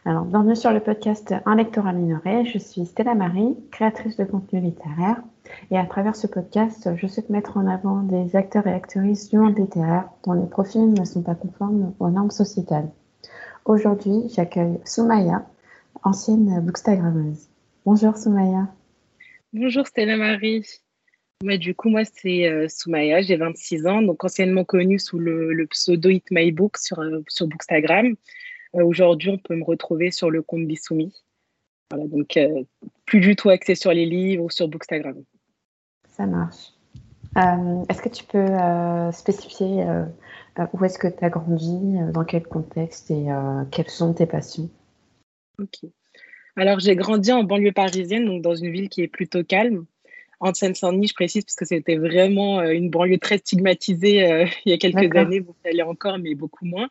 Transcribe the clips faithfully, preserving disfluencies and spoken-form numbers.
Alors, bienvenue sur le podcast Un lectorat minoré. Je suis Stella Marie, créatrice de contenu littéraire. Et à travers ce podcast, je souhaite mettre en avant des acteurs et actrices du monde littéraire dont les profils ne sont pas conformes aux normes sociétales. Aujourd'hui, j'accueille Soumaya, ancienne bookstagrammeuse. Bonjour Soumaya. Bonjour Stella Marie. Moi, du coup, moi, c'est euh, Soumaya, j'ai vingt-six ans, donc anciennement connue sous le, le pseudo It My Book sur, euh, sur Bookstagram. Euh, aujourd'hui, on peut me retrouver sur le compte Bissoumi. Voilà, donc euh, plus du tout axé sur les livres ou sur Bookstagram. Ça marche. Euh, est-ce que tu peux euh, spécifier euh, euh, où est-ce que tu as grandi, euh, dans quel contexte et euh, quelles sont tes passions? Ok. Alors, j'ai grandi en banlieue parisienne, donc dans une ville qui est plutôt calme. En Seine-Saint-Denis, je précise, parce que c'était vraiment euh, une banlieue très stigmatisée euh, il y a quelques D'accord. années. Bon, ça l'est encore, mais beaucoup moins.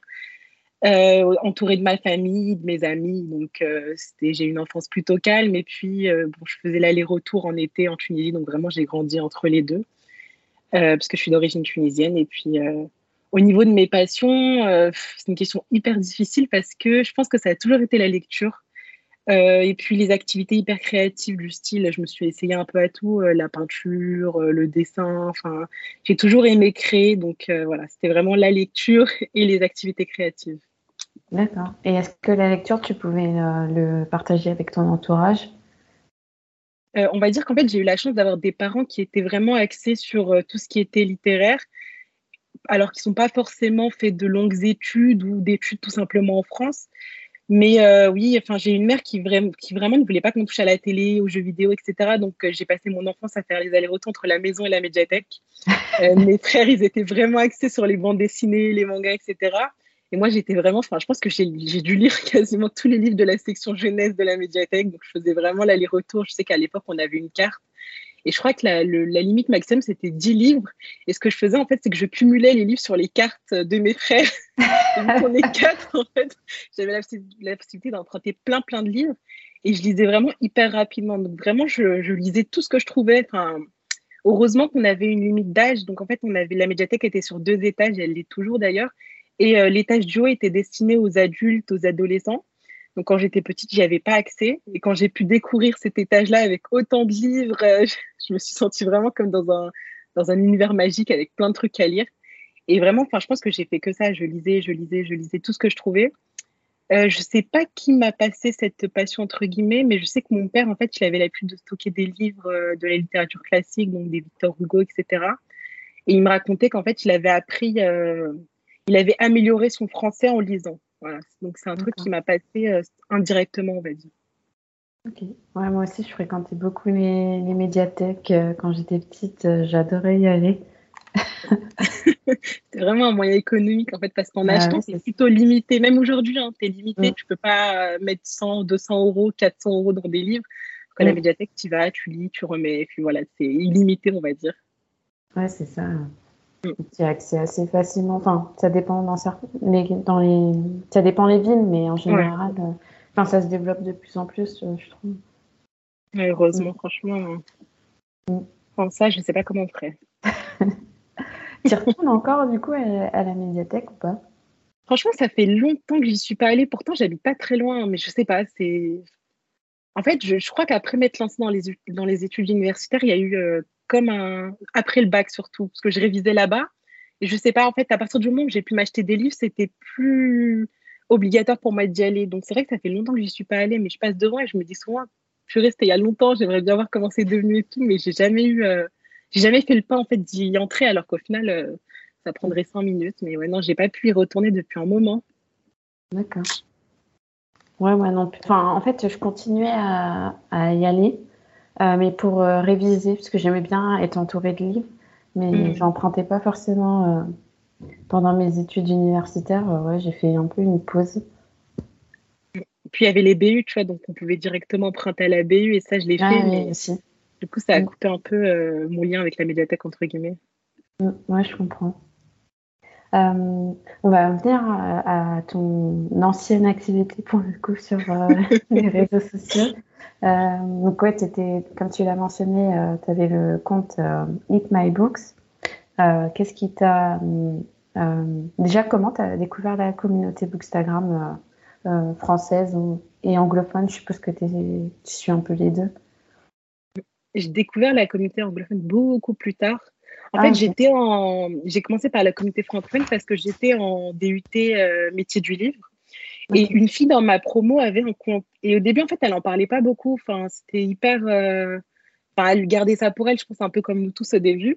Euh, entourée de ma famille, de mes amis. Donc, euh, c'était, j'ai eu une enfance plutôt calme. Et puis, euh, bon, je faisais l'aller-retour en été en Tunisie. Donc, vraiment, j'ai grandi entre les deux, euh, parce que je suis d'origine tunisienne. Et puis, euh, au niveau de mes passions, euh, c'est une question hyper difficile parce que je pense que ça a toujours été la lecture. Euh, et puis, les activités hyper créatives du style, je me suis essayée un peu à tout, euh, la peinture, euh, le dessin. Enfin, j'ai toujours aimé créer. Donc, euh, voilà, c'était vraiment la lecture et les activités créatives. D'accord. Et est-ce que la lecture, tu pouvais euh, le partager avec ton entourage? Euh, on va dire qu'en fait, j'ai eu la chance d'avoir des parents qui étaient vraiment axés sur euh, tout ce qui était littéraire, alors qu'ils ne sont pas forcément fait de longues études ou d'études tout simplement en France. Mais euh, oui, enfin, j'ai une mère qui, vra- qui vraiment ne voulait pas qu'on touche à la télé, aux jeux vidéo, et cetera. Donc, euh, j'ai passé mon enfance à faire les allers-retours entre la maison et la médiathèque. Euh, mes frères, ils étaient vraiment axés sur les bandes dessinées, les mangas, et cetera. Et moi, j'étais vraiment, enfin, je pense que j'ai j'ai dû lire quasiment tous les livres de la section jeunesse de la médiathèque. Donc, je faisais vraiment l'aller-retour. Je sais qu'à l'époque, on avait une carte. Et je crois que la, le- la limite maximum, c'était dix livres. Et ce que je faisais, en fait, c'est que je cumulais les livres sur les cartes de mes frères. Et vu qu'on est quatre, en fait, j'avais la, possi- la possibilité d'emprunter plein, plein de livres. Et je lisais vraiment hyper rapidement. Donc, vraiment, je, je lisais tout ce que je trouvais. Enfin, heureusement qu'on avait une limite d'âge. Donc, en fait, on avait, la médiathèque était sur deux étages, et elle l'est toujours d'ailleurs. Et euh, l'étage du haut était destiné aux adultes, aux adolescents. Donc, quand j'étais petite, j'y avais pas accès. Et quand j'ai pu découvrir cet étage-là avec autant de livres, euh, je, je me suis sentie vraiment comme dans un, dans un univers magique avec plein de trucs à lire. Et vraiment, enfin, je pense que j'ai fait que ça. Je lisais, je lisais, je lisais tout ce que je trouvais. Euh, je sais pas qui m'a passé cette passion entre guillemets, mais je sais que mon père, en fait, il avait l'habitude de stocker des livres euh, de la littérature classique, donc des Victor Hugo, et cetera. Et il me racontait qu'en fait, il avait appris, euh, il avait amélioré son français en lisant. Voilà. Donc c'est un truc qui D'accord. m'a passé euh, indirectement, on va dire. Ok. Ouais, moi aussi, je fréquentais beaucoup les, les médiathèques. euh, Quand j'étais petite, euh, j'adorais y aller. C'est vraiment un moyen économique, en fait, parce qu'en Bah achetant, oui, c'est c'est ça. plutôt limité. Même aujourd'hui, hein, tu es limité. Mm, Tu peux pas euh, mettre cent, deux cents euros, quatre cents euros dans des livres. Quand à la mm. médiathèque, tu vas, tu lis, tu remets. Et puis voilà, c'est illimité, on va dire. Ouais, c'est ça. Mm. Tu as accès assez facilement. Enfin, ça dépend dans certains, les, dans les, ça dépend les villes, mais en Ouais, général, euh, enfin, ça se développe de plus en plus, euh, je trouve. ouais, Mm, heureusement, franchement. hein. mm. Sans ça, je sais pas comment on ferait. Tu y retournes encore, du coup, à, à la médiathèque ou pas? Franchement, ça fait longtemps que j'y suis pas allée. Pourtant, j'habite pas très loin, mais je sais pas. C'est En fait, je, je crois qu'après m'être lancée dans les, dans les études universitaires, il y a eu euh, comme un. Après le bac surtout, parce que je révisais là-bas. Et je sais pas, en fait, à partir du moment où j'ai pu m'acheter des livres, c'était plus obligatoire pour moi d'y aller. Donc c'est vrai que ça fait longtemps que j'y suis pas allée, mais je passe devant et je me dis souvent, je suis restée il y a longtemps, j'aimerais bien voir comment c'est devenu et tout, mais j'ai jamais eu. euh, J'ai jamais fait le pas en fait d'y entrer, alors qu'au final, euh, ça Mm. prendrait cinq minutes. Mais ouais, non, j'ai pas pu y retourner depuis un moment. D'accord. Ouais, moi non plus. Enfin, en fait, je continuais à, à y aller, euh, mais pour euh, réviser, parce que j'aimais bien être entourée de livres, mais Hmm. j'empruntais pas forcément euh, pendant mes études universitaires. Euh, ouais, j'ai fait un peu une pause. Puis il y avait les B U, tu vois, donc on pouvait directement emprunter à la B U et ça, je l'ai Ah fait, oui, mais aussi. du coup, ça a Mm, coupé un peu euh, mon lien avec la médiathèque, entre guillemets. mm, ouais, je comprends. Euh, on va venir à, à ton ancienne activité pour le coup sur euh, les réseaux sociaux. Euh, donc ouais, t'étais, comme tu l'as mentionné, tu avais le compte euh, Eat My Books. Euh, qu'est-ce qui t'a... euh, déjà, comment tu as découvert la communauté Bookstagram? euh, française ou, et anglophone? Je suppose que t'es- tu suis un peu les deux. J'ai découvert la communauté anglophone beaucoup plus tard. En Ah, fait, ok. j'étais en... j'ai commencé par la communauté francophone parce que j'étais en D U T euh, métier du livre. Et Ok. une fille dans ma promo avait un compte. Et au début, en fait, elle en parlait pas beaucoup. Enfin, c'était hyper. euh, Enfin, elle gardait ça pour elle, je pense, un peu comme nous tous au début.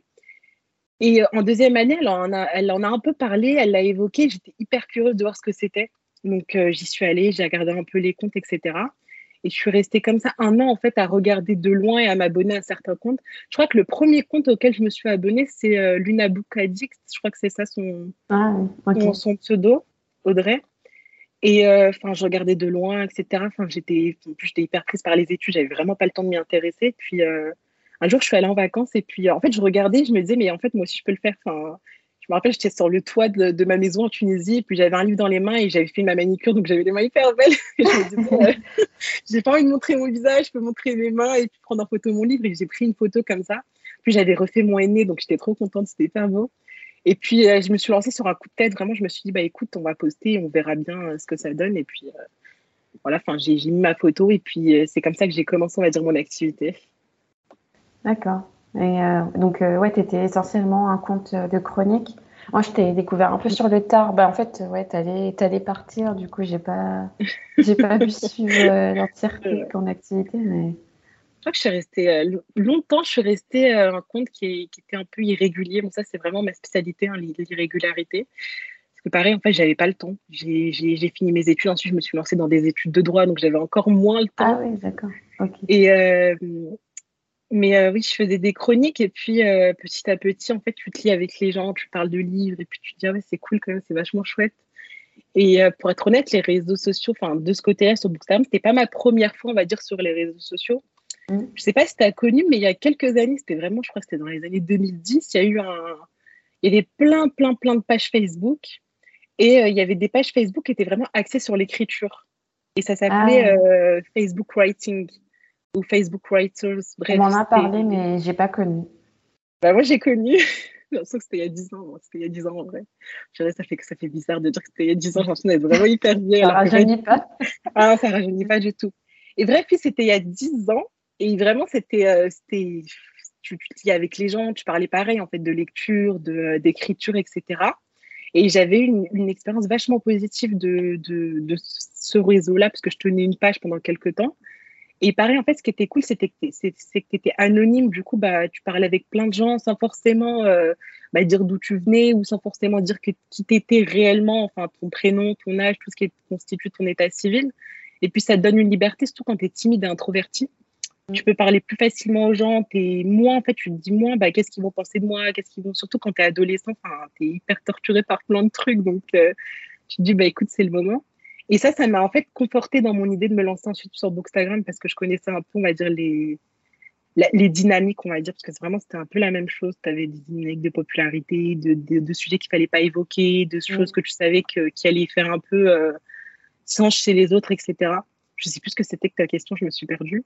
Et euh, en deuxième année, elle en a, elle en a un peu parlé, elle l'a évoqué. J'étais hyper curieuse de voir ce que c'était. Donc, euh, j'y suis allée, j'ai regardé un peu les comptes, et cetera. Et je suis restée comme ça un an, en fait, à regarder de loin et à m'abonner à certains comptes. Je crois que le premier compte auquel je me suis abonnée, c'est euh, Luna Book Addict. Je crois que c'est ça son, Ah, oui, ok. son, son pseudo, Audrey. Et euh, enfin, je regardais de loin, et cetera. Enfin, j'étais, en plus, j'étais hyper prise par les études, j'avais vraiment pas le temps de m'y intéresser. Puis euh, un jour, je suis allée en vacances et puis euh, en fait, je regardais, je me disais, mais en fait, moi aussi, je peux le faire. Enfin, je me rappelle, j'étais sur le toit de, de ma maison en Tunisie, et puis j'avais un livre dans les mains et j'avais fait ma manicure, donc j'avais les mains hyper belles. Et je me disais, euh, j'ai pas envie de montrer mon visage, je peux montrer mes mains et puis prendre en photo mon livre. Et j'ai pris une photo comme ça. Puis j'avais refait mon aîné, donc j'étais trop contente, c'était hyper beau. Et puis, euh, je me suis lancée sur un coup de tête. Vraiment, je me suis dit, bah écoute, on va poster, on verra bien euh, ce que ça donne. Et puis, euh, voilà, enfin, j'ai, j'ai mis ma photo et puis euh, c'est comme ça que j'ai commencé, on va dire, mon activité. D'accord. Et euh, donc, euh, ouais, tu étais essentiellement un compte euh, de chronique. Moi, je t'ai découvert un peu sur le tard. Bah, en fait, euh, ouais, t'allais, t'allais partir. Du coup, j'ai pas, j'ai pas pu suivre euh, l'entièreté de Euh, ton activité, mais je crois que je suis restée euh, lo- longtemps, je suis restée euh, un compte qui, est- qui était un peu irrégulier. Bon, ça, c'est vraiment ma spécialité, hein, l'irrégularité. Parce que pareil, en fait, j'avais pas le temps. J'ai, j'ai, j'ai fini mes études, ensuite, je me suis lancée dans des études de droit, donc j'avais encore moins le ah temps. oui, d'accord. Ok. Et, euh, Mais euh, oui, je faisais des chroniques et puis euh, petit à petit, en fait, tu te lis avec les gens, tu parles de livres et puis tu te dis, ah ouais, c'est cool quand même, c'est vachement chouette. Et euh, pour être honnête, les réseaux sociaux, enfin, de ce côté-là, sur Bookstagram, c'était pas ma première fois, on va dire, sur les réseaux sociaux. Mm. Je sais pas si tu as connu, mais il y a quelques années, c'était vraiment, je crois que c'était dans les années deux mille dix, il y a eu un. Il y avait plein, plein, plein de pages Facebook et euh, il y avait des pages Facebook qui étaient vraiment axées sur l'écriture. Et ça s'appelait Ah, euh, Facebook Writing ou Facebook Writers. on Bref, m'en a c'était. parlé, mais j'ai pas connu. Bah, moi, j'ai connu. J'ai l'impression que c'était il y a dix ans. Bon, c'était il y a dix ans en vrai. Je dirais, ça fait, ça fait bizarre de dire que c'était il y a dix ans. J'ai l'impression d'être vraiment hyper vieille Ça alors que pas du rajeunit tout. pas. Ah, ça rajeunit pas du tout. Et bref, puis c'était il y a dix ans. Et vraiment, c'était, euh, c'était, tu, tu te liais avec les gens, tu parlais pareil en fait de lecture, de, d'écriture, et cetera. Et j'avais eu une, une expérience vachement positive de, de, de ce réseau-là parce que je tenais une page pendant quelques temps. Et pareil, en fait, ce qui était cool, c'était que t'es- c'est c'est que tu étais anonyme. Du coup, bah, tu parlais avec plein de gens sans forcément euh, bah, dire d'où tu venais ou sans forcément dire que, qui t'étais réellement, enfin, ton prénom, ton âge, tout ce qui constitue ton état civil. Et puis, ça te donne une liberté, surtout quand tu es timide et introverti. Tu peux parler plus facilement aux gens. T'es moins, en fait, tu te dis moins, bah, qu'est-ce qu'ils vont penser de moi, qu'est-ce qu'ils vont, surtout quand tu es adolescent, enfin, tu es hyper torturé par plein de trucs. Donc, euh, tu te dis, bah, écoute, c'est le moment. Et ça, ça m'a en fait conforté dans mon idée de me lancer ensuite sur Bookstagram parce que je connaissais un peu, on va dire, les, la- les dynamiques, on va dire, parce que vraiment, c'était un peu la même chose. Tu avais des dynamiques de popularité, de, de, de sujets qu'il fallait pas évoquer, de choses Mm. que tu savais que, qui allaient faire un peu euh, sens chez les autres, et cetera. Je sais plus ce que c'était que ta question, je me suis perdue.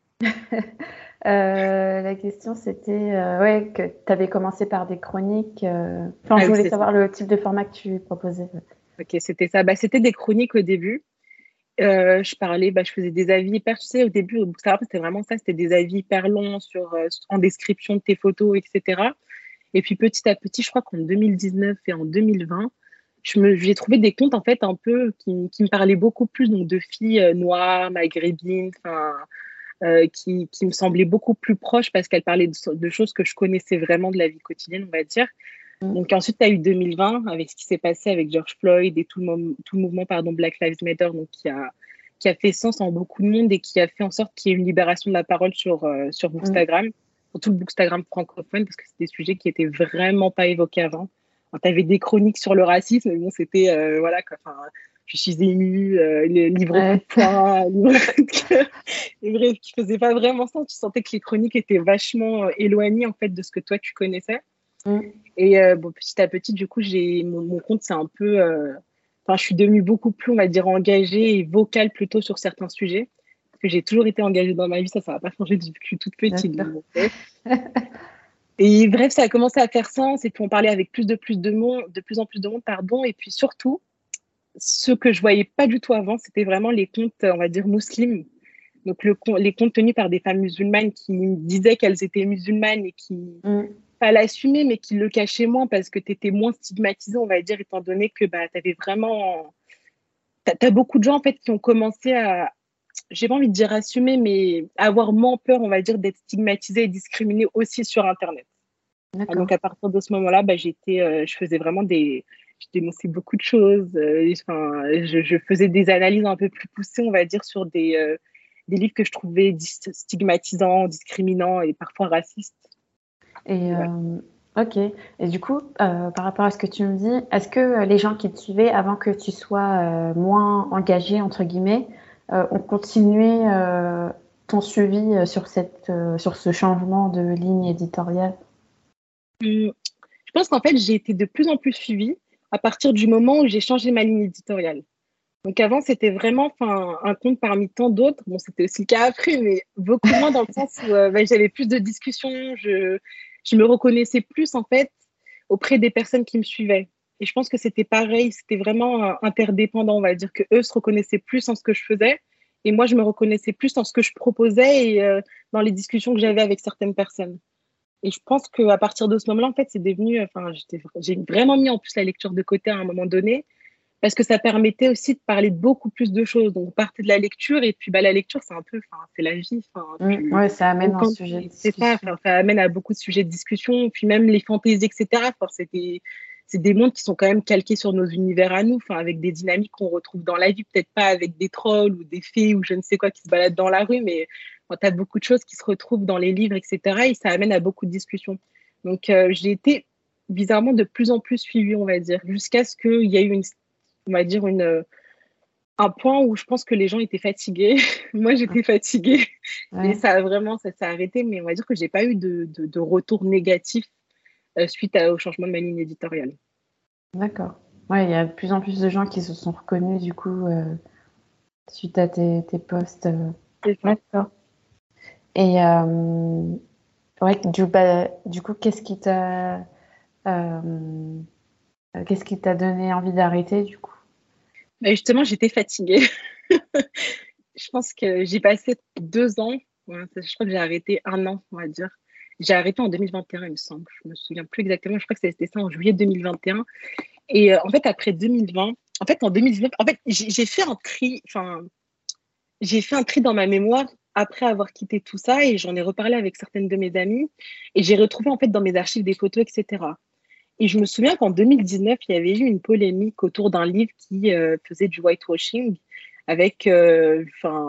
Euh, la question, c'était euh, ouais, que tu avais commencé par des chroniques. euh, Enfin, Ah je oui, voulais c'est ça. savoir le type de format que tu proposais. Ok, c'était ça. Bah, c'était des chroniques au début. Euh, je parlais, bah, je faisais des avis hyper, tu sais, au début, au Bookstagram, c'était vraiment ça, c'était des avis hyper longs sur, euh, en description de tes photos, et cetera. Et puis petit à petit, je crois qu'en deux mille dix-neuf et en deux mille vingt, je me, j'ai trouvé des comptes en fait un peu qui, qui me parlaient beaucoup plus donc de filles euh, noires, maghrébines, enfin euh, qui, qui me semblaient beaucoup plus proches parce qu'elles parlaient de, de choses que je connaissais vraiment de la vie quotidienne, on va dire. Mm. Donc ensuite, tu as eu deux mille vingt avec ce qui s'est passé avec George Floyd et tout le, mom- tout le mouvement pardon, Black Lives Matter, donc qui a, qui a fait sens en beaucoup de monde et qui a fait en sorte qu'il y ait une libération de la parole sur, euh, sur Mm. Bookstagram, surtout le Bookstagram francophone, parce que c'est des sujets qui étaient vraiment pas évoqués avant. Tu avais des chroniques sur le racisme, mais bon, c'était, euh, voilà, quoi, enfin, je suis émue, euh, le livre coup de Ouais. poing, livre coup de cœur. Et bref, qui faisait pas vraiment sens. Tu sentais que les chroniques étaient vachement euh, éloignées, en fait, de ce que toi, tu connaissais. Mm. Et euh, bon, petit à petit, du coup, j'ai mon, mon compte, c'est un peu. euh, Enfin, je suis devenue beaucoup plus, on va dire, engagée et vocale plutôt sur certains sujets. Parce que j'ai toujours été engagée dans ma vie, ça, ça n'a pas changé depuis que je suis toute petite. D'accord. Donc, bon, bref. Et bref, ça a commencé à faire sens et puis on parlait avec plus de plus de monde, de plus en plus de monde, pardon. Et puis surtout, ce que je voyais pas du tout avant, c'était vraiment les comptes, on va dire, musulmans. Donc, le, les comptes tenus par des femmes musulmanes qui disaient qu'elles étaient musulmanes et qui, mm. pas l'assumaient, mais qui le cachaient moins parce que tu étais moins stigmatisée, on va dire, étant donné que bah, tu avais vraiment... Tu as beaucoup de gens, en fait, qui ont commencé à, j'ai pas envie de dire assumer, mais avoir moins peur, on va dire, d'être stigmatisée et discriminée aussi sur Internet. Ah, donc, à partir de ce moment-là, bah, j'étais, euh, je faisais vraiment des... Je dénonçais beaucoup de choses. Euh, enfin, je, je faisais des analyses un peu plus poussées, on va dire, sur des... Euh, des livres que je trouvais stigmatisants, discriminants et parfois racistes. Et ouais. euh, ok. Et du coup, euh, par rapport à ce que tu me dis, est-ce que les gens qui te suivaient avant que tu sois euh, moins engagée, entre guillemets, euh, ont continué euh, ton suivi sur, cette, euh, sur ce changement de ligne éditoriale? hum, Je pense qu'en fait, j'ai été de plus en plus suivie à partir du moment où j'ai changé ma ligne éditoriale. Donc avant, c'était vraiment un compte parmi tant d'autres. Bon, c'était aussi le cas après, mais beaucoup moins dans le sens où euh, bah, j'avais plus de discussions, je, je me reconnaissais plus en fait auprès des personnes qui me suivaient. Et je pense que c'était pareil, c'était vraiment euh, interdépendant, on va dire que eux se reconnaissaient plus en ce que je faisais et moi, je me reconnaissais plus en ce que je proposais et euh, dans les discussions que j'avais avec certaines personnes. Et je pense qu'à partir de ce moment-là, en fait, c'est devenu, enfin, j'ai vraiment mis en plus la lecture de côté à un moment donné parce que ça permettait aussi de parler de beaucoup plus de choses. Donc, on partait de la lecture, et puis bah, la lecture, c'est un peu, c'est la vie. Mmh, tu, ouais, ça amène un sujet de discussion. Ça, ça amène à beaucoup de sujets de discussion, puis même les fantaisies, et cetera. C'est des, des mondes qui sont quand même calqués sur nos univers à nous, avec des dynamiques qu'on retrouve dans la vie, peut-être pas avec des trolls ou des fées ou je ne sais quoi qui se baladent dans la rue, mais tu as beaucoup de choses qui se retrouvent dans les livres, et cetera. Et ça amène à beaucoup de discussions. Donc, euh, j'ai été bizarrement de plus en plus suivie, on va dire, jusqu'à ce qu'il y ait eu une on va dire, une, un point où je pense que les gens étaient fatigués. Moi, j'étais fatiguée. Ouais. Et ça a vraiment, ça s'est arrêté. Mais on va dire que je n'ai pas eu de, de, de retour négatif euh, suite à, au changement de ma ligne éditoriale. D'accord. Ouais, il y a de plus en plus de gens qui se sont reconnus, du coup, euh, suite à tes, tes posts. Euh... D'accord. Et euh, ouais, du, bah, du coup, qu'est-ce qui t'a... Euh, Qu'est-ce qui t'a donné envie d'arrêter, du coup? Bah justement, j'étais fatiguée. Je pense que j'ai passé deux ans. Ouais, je crois que j'ai arrêté un an, on va dire. J'ai arrêté en deux mille vingt et un, il me semble. Je me souviens plus exactement. Je crois que c'était ça en juillet deux mille vingt et un. Et euh, en fait, après deux mille vingt, en fait, en deux mille dix-neuf, en fait, j'ai fait un tri, enfin, j'ai fait un tri dans ma mémoire après avoir quitté tout ça et j'en ai reparlé avec certaines de mes amies et j'ai retrouvé en fait dans mes archives des photos, et cetera. Et je me souviens qu'en deux mille dix-neuf, il y avait eu une polémique autour d'un livre qui euh, faisait du whitewashing avec, euh,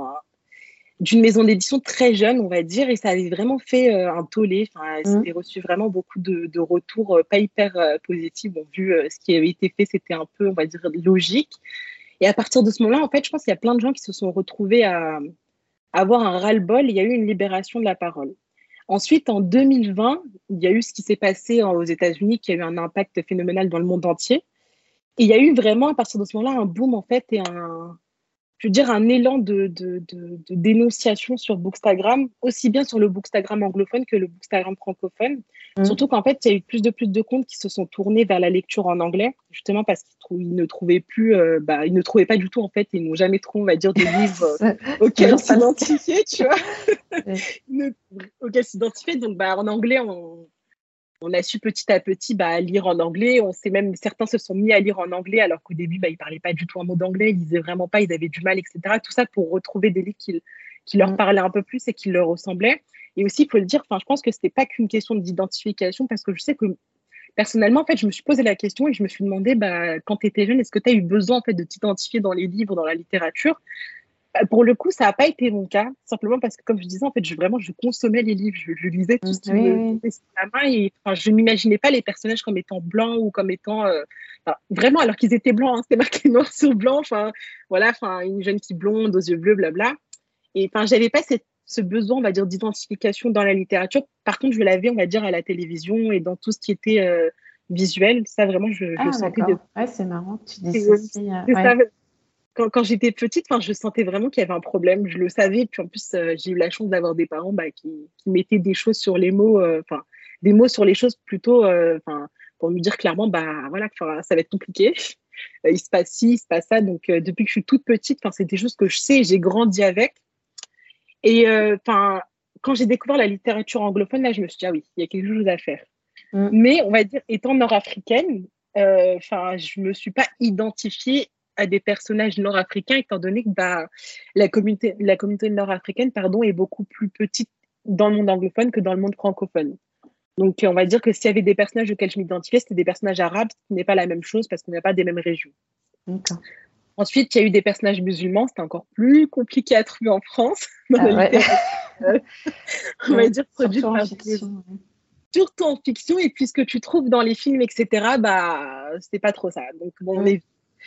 d'une maison d'édition très jeune, on va dire, et ça avait vraiment fait euh, un tollé. Enfin, mmh. C'était reçu vraiment beaucoup de, de retours euh, pas hyper euh, positifs. Bon, vu euh, ce qui avait été fait, c'était un peu, on va dire, logique. Et à partir de ce moment-là, en fait, je pense qu'il y a plein de gens qui se sont retrouvés à, à avoir un ras-le-bol. Il y a eu une libération de la parole. Ensuite, en deux mille vingt, il y a eu ce qui s'est passé aux États-Unis, qui a eu un impact phénoménal dans le monde entier. Et il y a eu vraiment, à partir de ce moment-là, un boom, en fait, et un, je veux dire, un élan de, de, de, de dénonciation sur Bookstagram, aussi bien sur le Bookstagram anglophone que le Bookstagram francophone. Mmh. Surtout qu'en fait, il y a eu plus de plus de comptes qui se sont tournés vers la lecture en anglais, justement parce qu'ils trou- ils ne trouvaient plus, euh, bah, ils ne trouvaient pas du tout, en fait, ils n'ont jamais trouvé, on va dire, de livres euh, auxquels s'identifier, tu vois, ne, auxquels s'identifier. Donc, bah, en anglais, on, on a su petit à petit bah, lire en anglais. On sait même, certains se sont mis à lire en anglais alors qu'au début, bah, ils ne parlaient pas du tout un mot d'anglais, ils ne lisaient vraiment pas, ils avaient du mal, et cetera. Tout ça pour retrouver des livres qui, qui leur parlaient un peu plus et qui leur ressemblaient. Et aussi, il faut le dire, je pense que ce n'était pas qu'une question d'identification parce que je sais que personnellement, en fait, je me suis posé la question et je me suis demandé, bah, quand tu étais jeune, est-ce que tu as eu besoin en fait, de t'identifier dans les livres, dans la littérature? Pour le coup, ça n'a pas été mon cas, simplement parce que, comme je disais, en fait, je, vraiment, je consommais les livres, je, je lisais tout ce qui oui, me tombait sur la main et enfin, je ne m'imaginais pas les personnages comme étant blancs ou comme étant... Euh, enfin, vraiment, alors qu'ils étaient blancs, hein, c'était marqué noir sur blanc, enfin, voilà, enfin, une jeune fille blonde aux yeux bleus, blabla. Et enfin, je n'avais pas cette, ce besoin, on va dire, d'identification dans la littérature. Par contre, je l'avais, on va dire, à la télévision et dans tout ce qui était euh, visuel. Ça, vraiment, je, je ah, sentais... De... Ouais, c'est marrant que tu dis ceci. Euh, c'est ouais. ça. Quand, quand j'étais petite, je sentais vraiment qu'il y avait un problème. Je le savais. Puis en plus, euh, j'ai eu la chance d'avoir des parents bah, qui, qui mettaient des choses sur les mots, enfin, euh, des mots sur les choses plutôt, euh, pour me dire clairement, bah voilà, ça va être compliqué. euh, il se passe ci, il se passe ça. Donc, euh, depuis que je suis toute petite, c'est des choses que je sais, j'ai grandi avec. Et enfin, euh, quand j'ai découvert la littérature anglophone, là, je me suis dit, ah oui, il y a quelque chose à faire. Mm. Mais on va dire, étant nord-africaine, enfin, euh, je me suis pas identifiée à des personnages nord-africains, étant donné que bah, la communauté, la communauté nord-africaine, pardon, est beaucoup plus petite dans le monde anglophone que dans le monde francophone. Donc, on va dire que s'il y avait des personnages auxquels je m'identifiais, c'était des personnages arabes, ce qui n'est pas la même chose parce qu'on n'est pas des mêmes régions. Okay. Ensuite, il y a eu des personnages musulmans, c'était encore plus compliqué à trouver en France. Dans ah, la ouais. euh, on ouais, va dire produit surtout par en fiction. des... Surtout en fiction, et puis ce que tu trouves dans les films, et cetera, bah, c'est pas trop ça. Donc, bon, mm. les...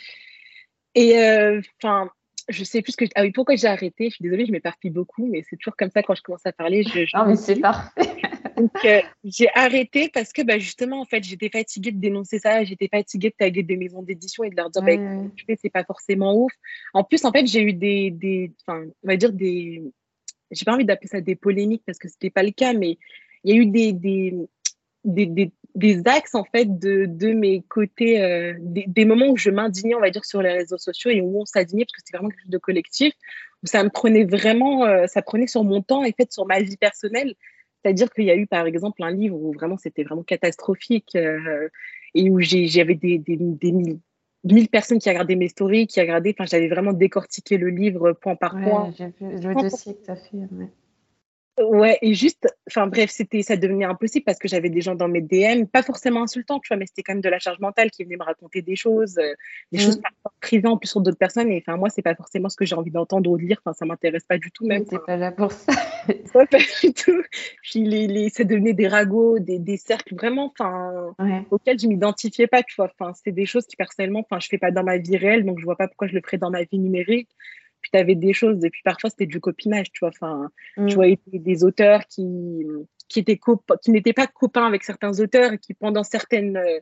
Et enfin, euh, je sais plus que. Ah oui, pourquoi j'ai arrêté? Je suis désolée, je m'éparpille beaucoup, mais c'est toujours comme ça quand je commence à parler. Je, je non, mais c'est parfait. Donc, euh, j'ai arrêté parce que bah, justement, en fait, j'étais fatiguée de dénoncer ça, j'étais fatiguée de taguer des maisons d'édition et de leur dire, ouais, bah, écoute, tu fais, c'est pas forcément ouf. En plus, en fait, j'ai eu des, des, enfin, on va dire des, j'ai pas envie d'appeler ça des polémiques parce que c'était pas le cas, mais il y a eu des, des, des, des, des axes, en fait, de, de mes côtés, euh, des, des moments où je m'indignais, on va dire, sur les réseaux sociaux et où on s'indignait parce que c'était vraiment quelque chose de collectif, où ça me prenait vraiment, euh, ça prenait sur mon temps et fait sur ma vie personnelle. C'est-à-dire qu'il y a eu, par exemple, un livre où vraiment c'était vraiment catastrophique euh, et où j'ai, j'avais des, des, des mille, mille personnes qui regardaient mes stories, qui regardaient, enfin, j'avais vraiment décortiqué le livre point par ouais, point. J'ai vu le dossier que tu as fait. Ouais. Ouais, et juste, enfin bref, c'était, ça devenait impossible parce que j'avais des gens dans mes D M, pas forcément insultants, tu vois, mais c'était quand même de la charge mentale qui venait me raconter des choses, euh, des mmh. choses parfois privées en plus sur d'autres personnes. Et enfin, moi, c'est pas forcément ce que j'ai envie d'entendre ou de lire. Enfin, ça m'intéresse pas du tout, même. Oui, t'es pas là pour ça. Ouais, pas du tout. Puis les, les, ça devenait des ragots, des, des cercles vraiment, enfin, ouais. auxquels je m'identifiais pas, tu vois. Enfin, c'est des choses qui personnellement, enfin, je fais pas dans ma vie réelle, donc je vois pas pourquoi je le ferais dans ma vie numérique. Puis tu avais des choses, et puis parfois c'était du copinage, tu vois. Enfin, mm. tu voyais des, des auteurs qui, qui, étaient cop- qui n'étaient pas copains avec certains auteurs et qui, pendant certaines. Euh,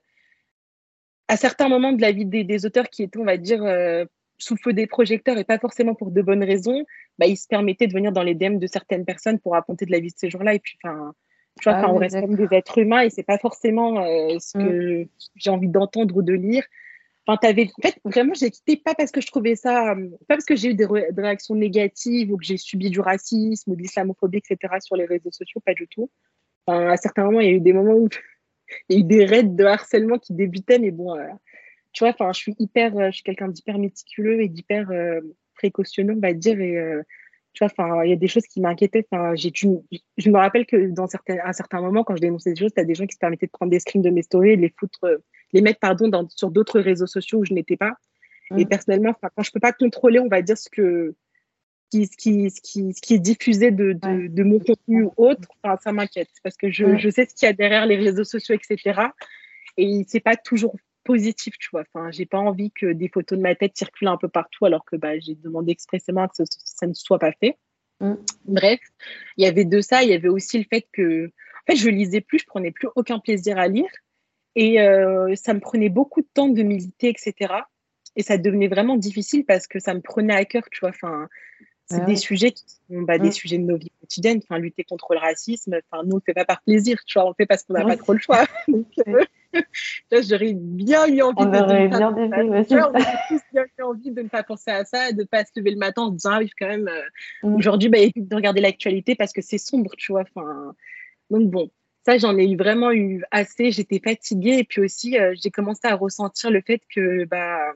à certains moments de la vie des, des auteurs qui étaient, on va dire, euh, sous le feu des projecteurs et pas forcément pour de bonnes raisons, bah, ils se permettaient de venir dans les D M de certaines personnes pour raconter de la vie de ces gens-là. Et puis, enfin, tu vois, ah, on reste comme des êtres humains et c'est pas forcément euh, ce mm. que j'ai envie d'entendre ou de lire. Enfin, t'avais... En fait, vraiment, j'ai quitté pas parce que je trouvais ça, pas parce que j'ai eu des, ré... des réactions négatives ou que j'ai subi du racisme ou de l'islamophobie, et cetera sur les réseaux sociaux, pas du tout. Enfin, à certains moments, il y a eu des moments où il y a eu des raids de harcèlement qui débutaient, mais bon, euh, tu vois, enfin, je suis hyper, euh, je suis quelqu'un d'hyper méticuleux et d'hyper euh, précautionneux, on va dire, et euh, tu vois, enfin, il y a des choses qui m'inquiétaient. Enfin, j'ai dû... je me rappelle que dans certains, à certains moments, quand je dénonçais des choses, t'as des gens qui se permettaient de prendre des screens de mes stories et de les foutre. Euh, les mettre pardon dans, sur d'autres réseaux sociaux où je n'étais pas mmh. et personnellement quand je peux pas contrôler on va dire ce que ce qui, ce qui, ce qui, ce qui est diffusé de, de, ouais. de mon contenu ou autre, enfin, ça m'inquiète parce que je, mmh. je sais ce qu'il y a derrière les réseaux sociaux, etc. Et c'est pas toujours positif, tu vois. Enfin, j'ai pas envie que des photos de ma tête circulent un peu partout alors que bah, j'ai demandé expressément que ça, ça ne soit pas fait. Mmh. Bref, il y avait de ça, il y avait aussi le fait que en fait je lisais plus, je prenais plus aucun plaisir à lire. Et euh, ça me prenait beaucoup de temps de militer, et cetera. Et ça devenait vraiment difficile parce que ça me prenait à cœur, tu vois. Enfin, c'est ouais. des sujets qui sont bah, mmh. des sujets de nos vies quotidiennes. Enfin, lutter contre le racisme, enfin, nous, on ne le fait pas par plaisir, tu vois. On le fait parce qu'on n'a oui. pas trop le choix. Donc, euh, là, j'aurais bien eu envie on de, aurait de bien ne pas... ouais, tu vois, on aurait tous bien eu envie de ne pas penser à ça, de ne pas se lever le matin en se disant, ah oui, quand même, euh, mmh. aujourd'hui, bah, évite de regarder l'actualité parce que c'est sombre, tu vois. Enfin, donc, bon. Ça, j'en ai eu vraiment eu assez. J'étais fatiguée. Et puis aussi, euh, j'ai commencé à ressentir le fait que, bah,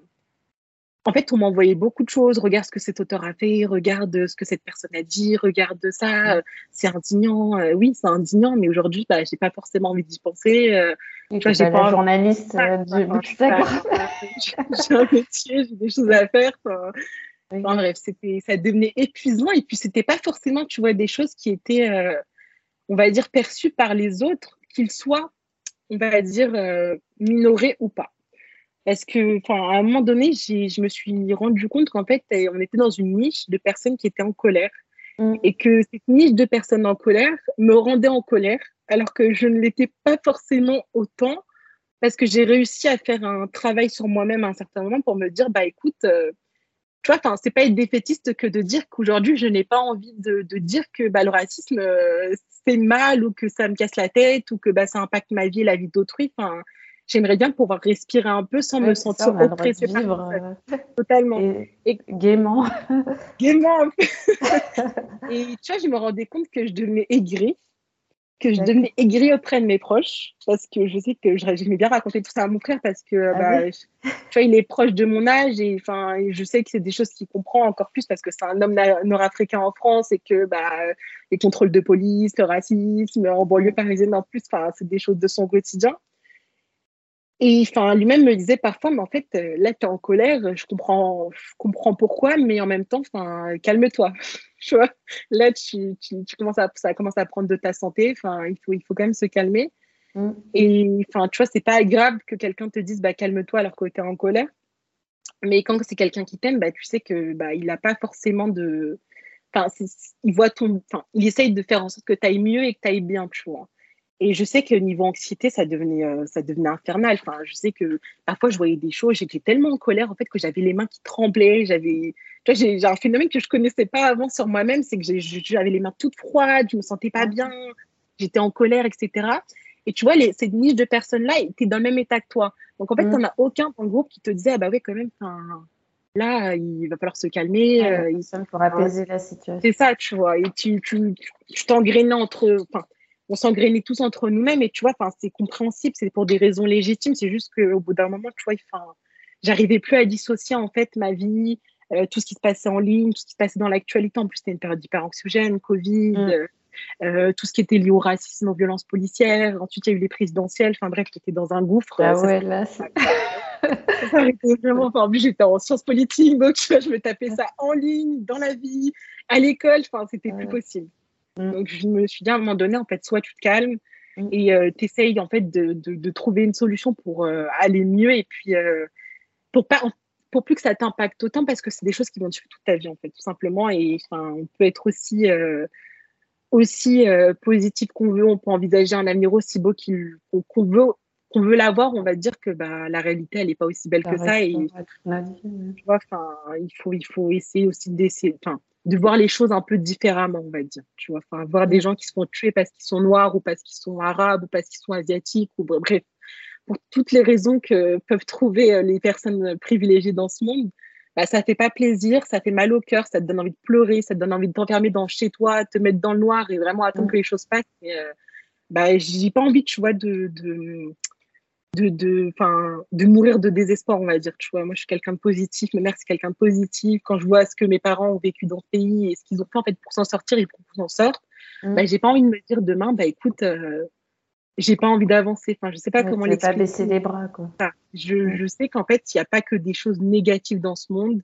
en fait, on m'envoyait beaucoup de choses. Regarde ce que cet auteur a fait. Regarde ce que cette personne a dit. Regarde ça. Euh, c'est indignant. Euh, oui, c'est indignant. Mais aujourd'hui, bah, j'ai pas forcément envie d'y penser. Euh, tu vois, j'ai pas, pas la journaliste euh, du Bookstagram. J'ai un métier, j'ai des choses à faire. Enfin, oui. enfin, bref, c'était, ça devenait épuisant. Et puis, c'était pas forcément, tu vois, des choses qui étaient... Euh, on va dire, perçu par les autres, qu'ils soient, on va dire, euh, minorés ou pas. Parce que, enfin, à un moment donné, j'ai, je me suis rendu compte qu'en fait, on était dans une niche de personnes qui étaient en colère mmh. et que cette niche de personnes en colère me rendait en colère, alors que je ne l'étais pas forcément autant, parce que j'ai réussi à faire un travail sur moi-même à un certain moment pour me dire, bah écoute, euh, tu vois, c'est pas être défaitiste que de dire qu'aujourd'hui, je n'ai pas envie de, de dire que bah, le racisme, euh, c'est mal ou que ça me casse la tête ou que bah, ça impacte ma vie et la vie d'autrui. Enfin, j'aimerais bien pouvoir respirer un peu sans Ouais, me c'est ça, sentir on a le droit de oppressée par tout ça. vivre euh, Totalement. et Et gaiement. gaiement un peu. Et tu vois, je me rendais compte que je devenais aigrie, que je D'accord. devenais aigrie auprès de mes proches, parce que je sais que je- j'aimais bien raconter tout ça à mon frère, parce que Ah bah, oui? je- tu vois, il est proche de mon âge, et, enfin, et je sais que c'est des choses qu'il comprend encore plus, parce que c'est un homme na- nord-africain en France, et que bah, les contrôles de police, le racisme, en banlieue Mm. parisienne en plus, enfin, c'est des choses de son quotidien. Et enfin, lui-même me disait parfois, mais en fait, euh, là, tu es en colère, je comprends, je comprends pourquoi, mais en même temps, enfin, calme-toi. Tu vois, là, tu, tu, tu commences à, ça commence à prendre de ta santé, enfin, il faut, il faut quand même se calmer. Mm. Et enfin, tu vois, c'est pas grave que quelqu'un te dise, bah, calme-toi alors que tu es en colère. Mais quand c'est quelqu'un qui t'aime, bah, tu sais que bah, il n'a pas forcément de. Enfin, c'est- il voit ton. Enfin, il essaye de faire en sorte que tu ailles mieux et que tu ailles bien, tu vois. Et je sais que niveau anxiété, ça devenait, euh, ça devenait infernal. Enfin, je sais que parfois, je voyais des choses, j'étais tellement en colère en fait que j'avais les mains qui tremblaient. J'avais, tu vois, j'ai, j'ai un phénomène que je connaissais pas avant sur moi-même, c'est que j'ai- j'avais les mains toutes froides, je me sentais pas bien, D'accord. j'étais en colère, et cetera. Et tu vois, les, cette niche de personnes-là étaient dans le même état que toi. Donc en fait, tu n'en Mm. as aucun dans le groupe qui te disait, ah bah ouais, quand même, enfin, là, il va falloir se calmer. Ouais, il n'y a euh, il- personne pour enfin, apaiser la c'est situation. ça, tu vois. Et tu, tu, tu t'engrainais entre. Enfin, on s'engrainait tous entre nous-mêmes et tu vois, enfin, c'est compréhensible, c'est pour des raisons légitimes. C'est juste qu'au bout d'un moment, tu vois, enfin, j'arrivais plus à dissocier en fait ma vie, euh, tout ce qui se passait en ligne, tout ce qui se passait dans l'actualité. En plus, c'était une période hyper anxiogène, Covid, Mm. euh, euh, tout ce qui était lié au racisme, aux violences policières. Ensuite, il y a eu les présidentielles. Enfin bref, j'étais dans un gouffre. euh, Ah Ça ouais, s'arrêtait là, pas, c'est... quoi. Ça s'arrêtait vraiment. Enfin, en plus, j'étais en sciences politiques, donc tu vois, je me tapais ça en ligne, dans la vie, à l'école. Enfin, c'était plus Ouais. possible. Mm. Donc, je me suis dit à un moment donné, en fait, soit tu te calmes Mm. et euh, tu essayes en fait de, de, de trouver une solution pour euh, aller mieux et puis euh, pour pas pour plus que ça t'impacte autant parce que c'est des choses qui vont te suivre toute ta vie en fait tout simplement et enfin on peut être aussi euh, aussi euh, positif qu'on veut, on peut envisager un avenir aussi beau qu'il, qu'on, qu'on veut qu'on veut l'avoir, on va dire que bah la réalité elle est pas aussi belle Ça que ça et restera toute notre vie. Ouais. tu vois enfin il faut il faut essayer aussi d'essayer enfin de voir les choses un peu différemment, on va dire. Tu vois, enfin, voir des Mm. gens qui se font tuer parce qu'ils sont noirs ou parce qu'ils sont arabes ou parce qu'ils sont asiatiques ou bref, pour toutes les raisons que peuvent trouver euh, les personnes privilégiées dans ce monde, bah, ça fait pas plaisir, ça fait mal au cœur, ça te donne envie de pleurer, ça te donne envie de t'enfermer dans chez toi, te mettre dans le noir et vraiment attendre que Mm. les choses passent. Et, euh, bah, j'ai pas envie, tu vois, de, de, de, de, enfin, de mourir de désespoir, on va dire. Tu vois, moi, je suis quelqu'un de positif. Ma mère, c'est quelqu'un de positif. Quand je vois ce que mes parents ont vécu dans ce pays et ce qu'ils ont fait en fait pour s'en sortir et pour qu'on s'en sorte, bah, Mm. j'ai pas envie de me dire demain, bah écoute, euh, j'ai pas envie d'avancer. Enfin, je sais pas Ouais, comment tu veux pas l'expliquer. baisser les bras, quoi. Ça. Je, Mm. je sais qu'en fait, il n'y a pas que des choses négatives dans ce monde.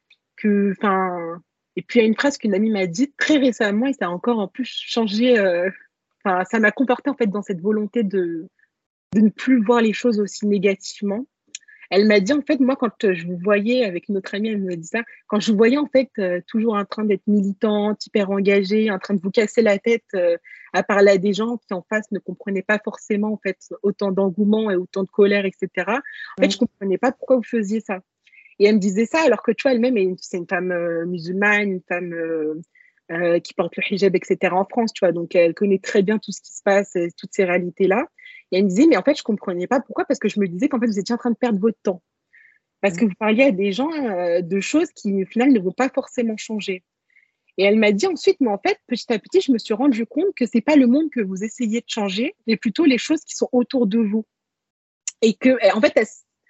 Que, enfin, et puis il y a une phrase qu'une amie m'a dite très récemment et ça a encore en plus changé. euh, Enfin, ça m'a conforté en fait dans cette volonté de, de ne plus voir les choses aussi négativement. Elle m'a dit en fait, moi, quand euh, je vous voyais avec une autre amie, elle me dit ça, quand je vous voyais en fait euh, toujours en train d'être militante, hyper engagée, en train de vous casser la tête euh, à parler à des gens qui en face ne comprenaient pas forcément en fait autant d'engouement et autant de colère, et cetera. En fait, je Mm. comprenais pas pourquoi vous faisiez ça. Et elle me disait ça alors que tu vois, elle-même, est- c'est une femme euh, musulmane, une femme euh, euh, qui porte le hijab, et cetera en France, tu vois. Donc, elle connaît très bien tout ce qui se passe, et toutes ces réalités-là. Et elle me disait, mais en fait, je comprenais pas pourquoi, parce que je me disais qu'en fait, vous étiez en train de perdre votre temps. Parce Mm. que vous parliez à des gens euh, de choses qui, au final, ne vont pas forcément changer. Et elle m'a dit ensuite, mais en fait, petit à petit, je me suis rendu compte que c'est pas le monde que vous essayez de changer, mais plutôt les choses qui sont autour de vous. Et que, en fait, elle,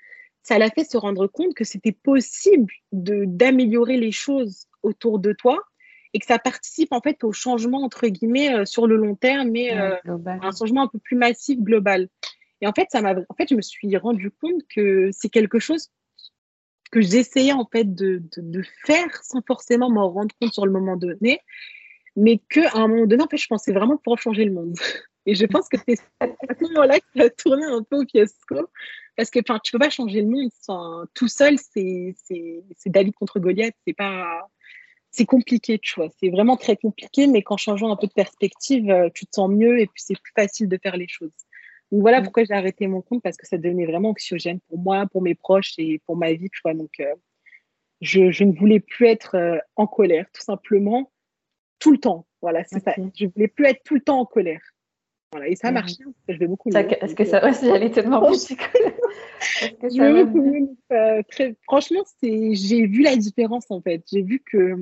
ça l'a fait se rendre compte que c'était possible de d'améliorer les choses autour de toi et que ça participe en fait au changement entre guillemets euh, sur le long terme, mais Ouais, euh, global. un changement un peu plus massif, global. Et en fait, ça m'a, en fait, je me suis rendu compte que c'est quelque chose que j'essayais en fait de, de, de faire sans forcément m'en rendre compte sur le moment donné, mais qu'à un moment donné, en fait, je pensais vraiment pouvoir changer le monde. Et je pense que c'est à ce moment-là que ça a tourné un peu au fiasco. Parce que enfin, tu peux pas changer le monde sans, tout seul, c'est, c'est, c'est David contre Goliath. C'est pas, c'est compliqué, tu vois. C'est vraiment très compliqué, mais qu'en changeant un peu de perspective, euh, tu te sens mieux et puis c'est plus facile de faire les choses. Donc voilà Mm. pourquoi j'ai arrêté mon compte, parce que ça devenait vraiment anxiogène pour moi, pour mes proches et pour ma vie, tu vois. Donc euh, je, je ne voulais plus être euh, en colère, tout simplement, tout le temps. Voilà, c'est ça. Ok. Je voulais plus être tout le temps en colère. Voilà. Et ça a Mhm. marché, hein, parce que je vais beaucoup Ça- mieux. Est-ce Donc, que euh, ça, ouais, j'allais te demander, du coup, est-ce que je ça vais va beaucoup mieux? mieux. Donc, euh, très... Franchement, c'est... j'ai vu la différence, en fait. J'ai vu que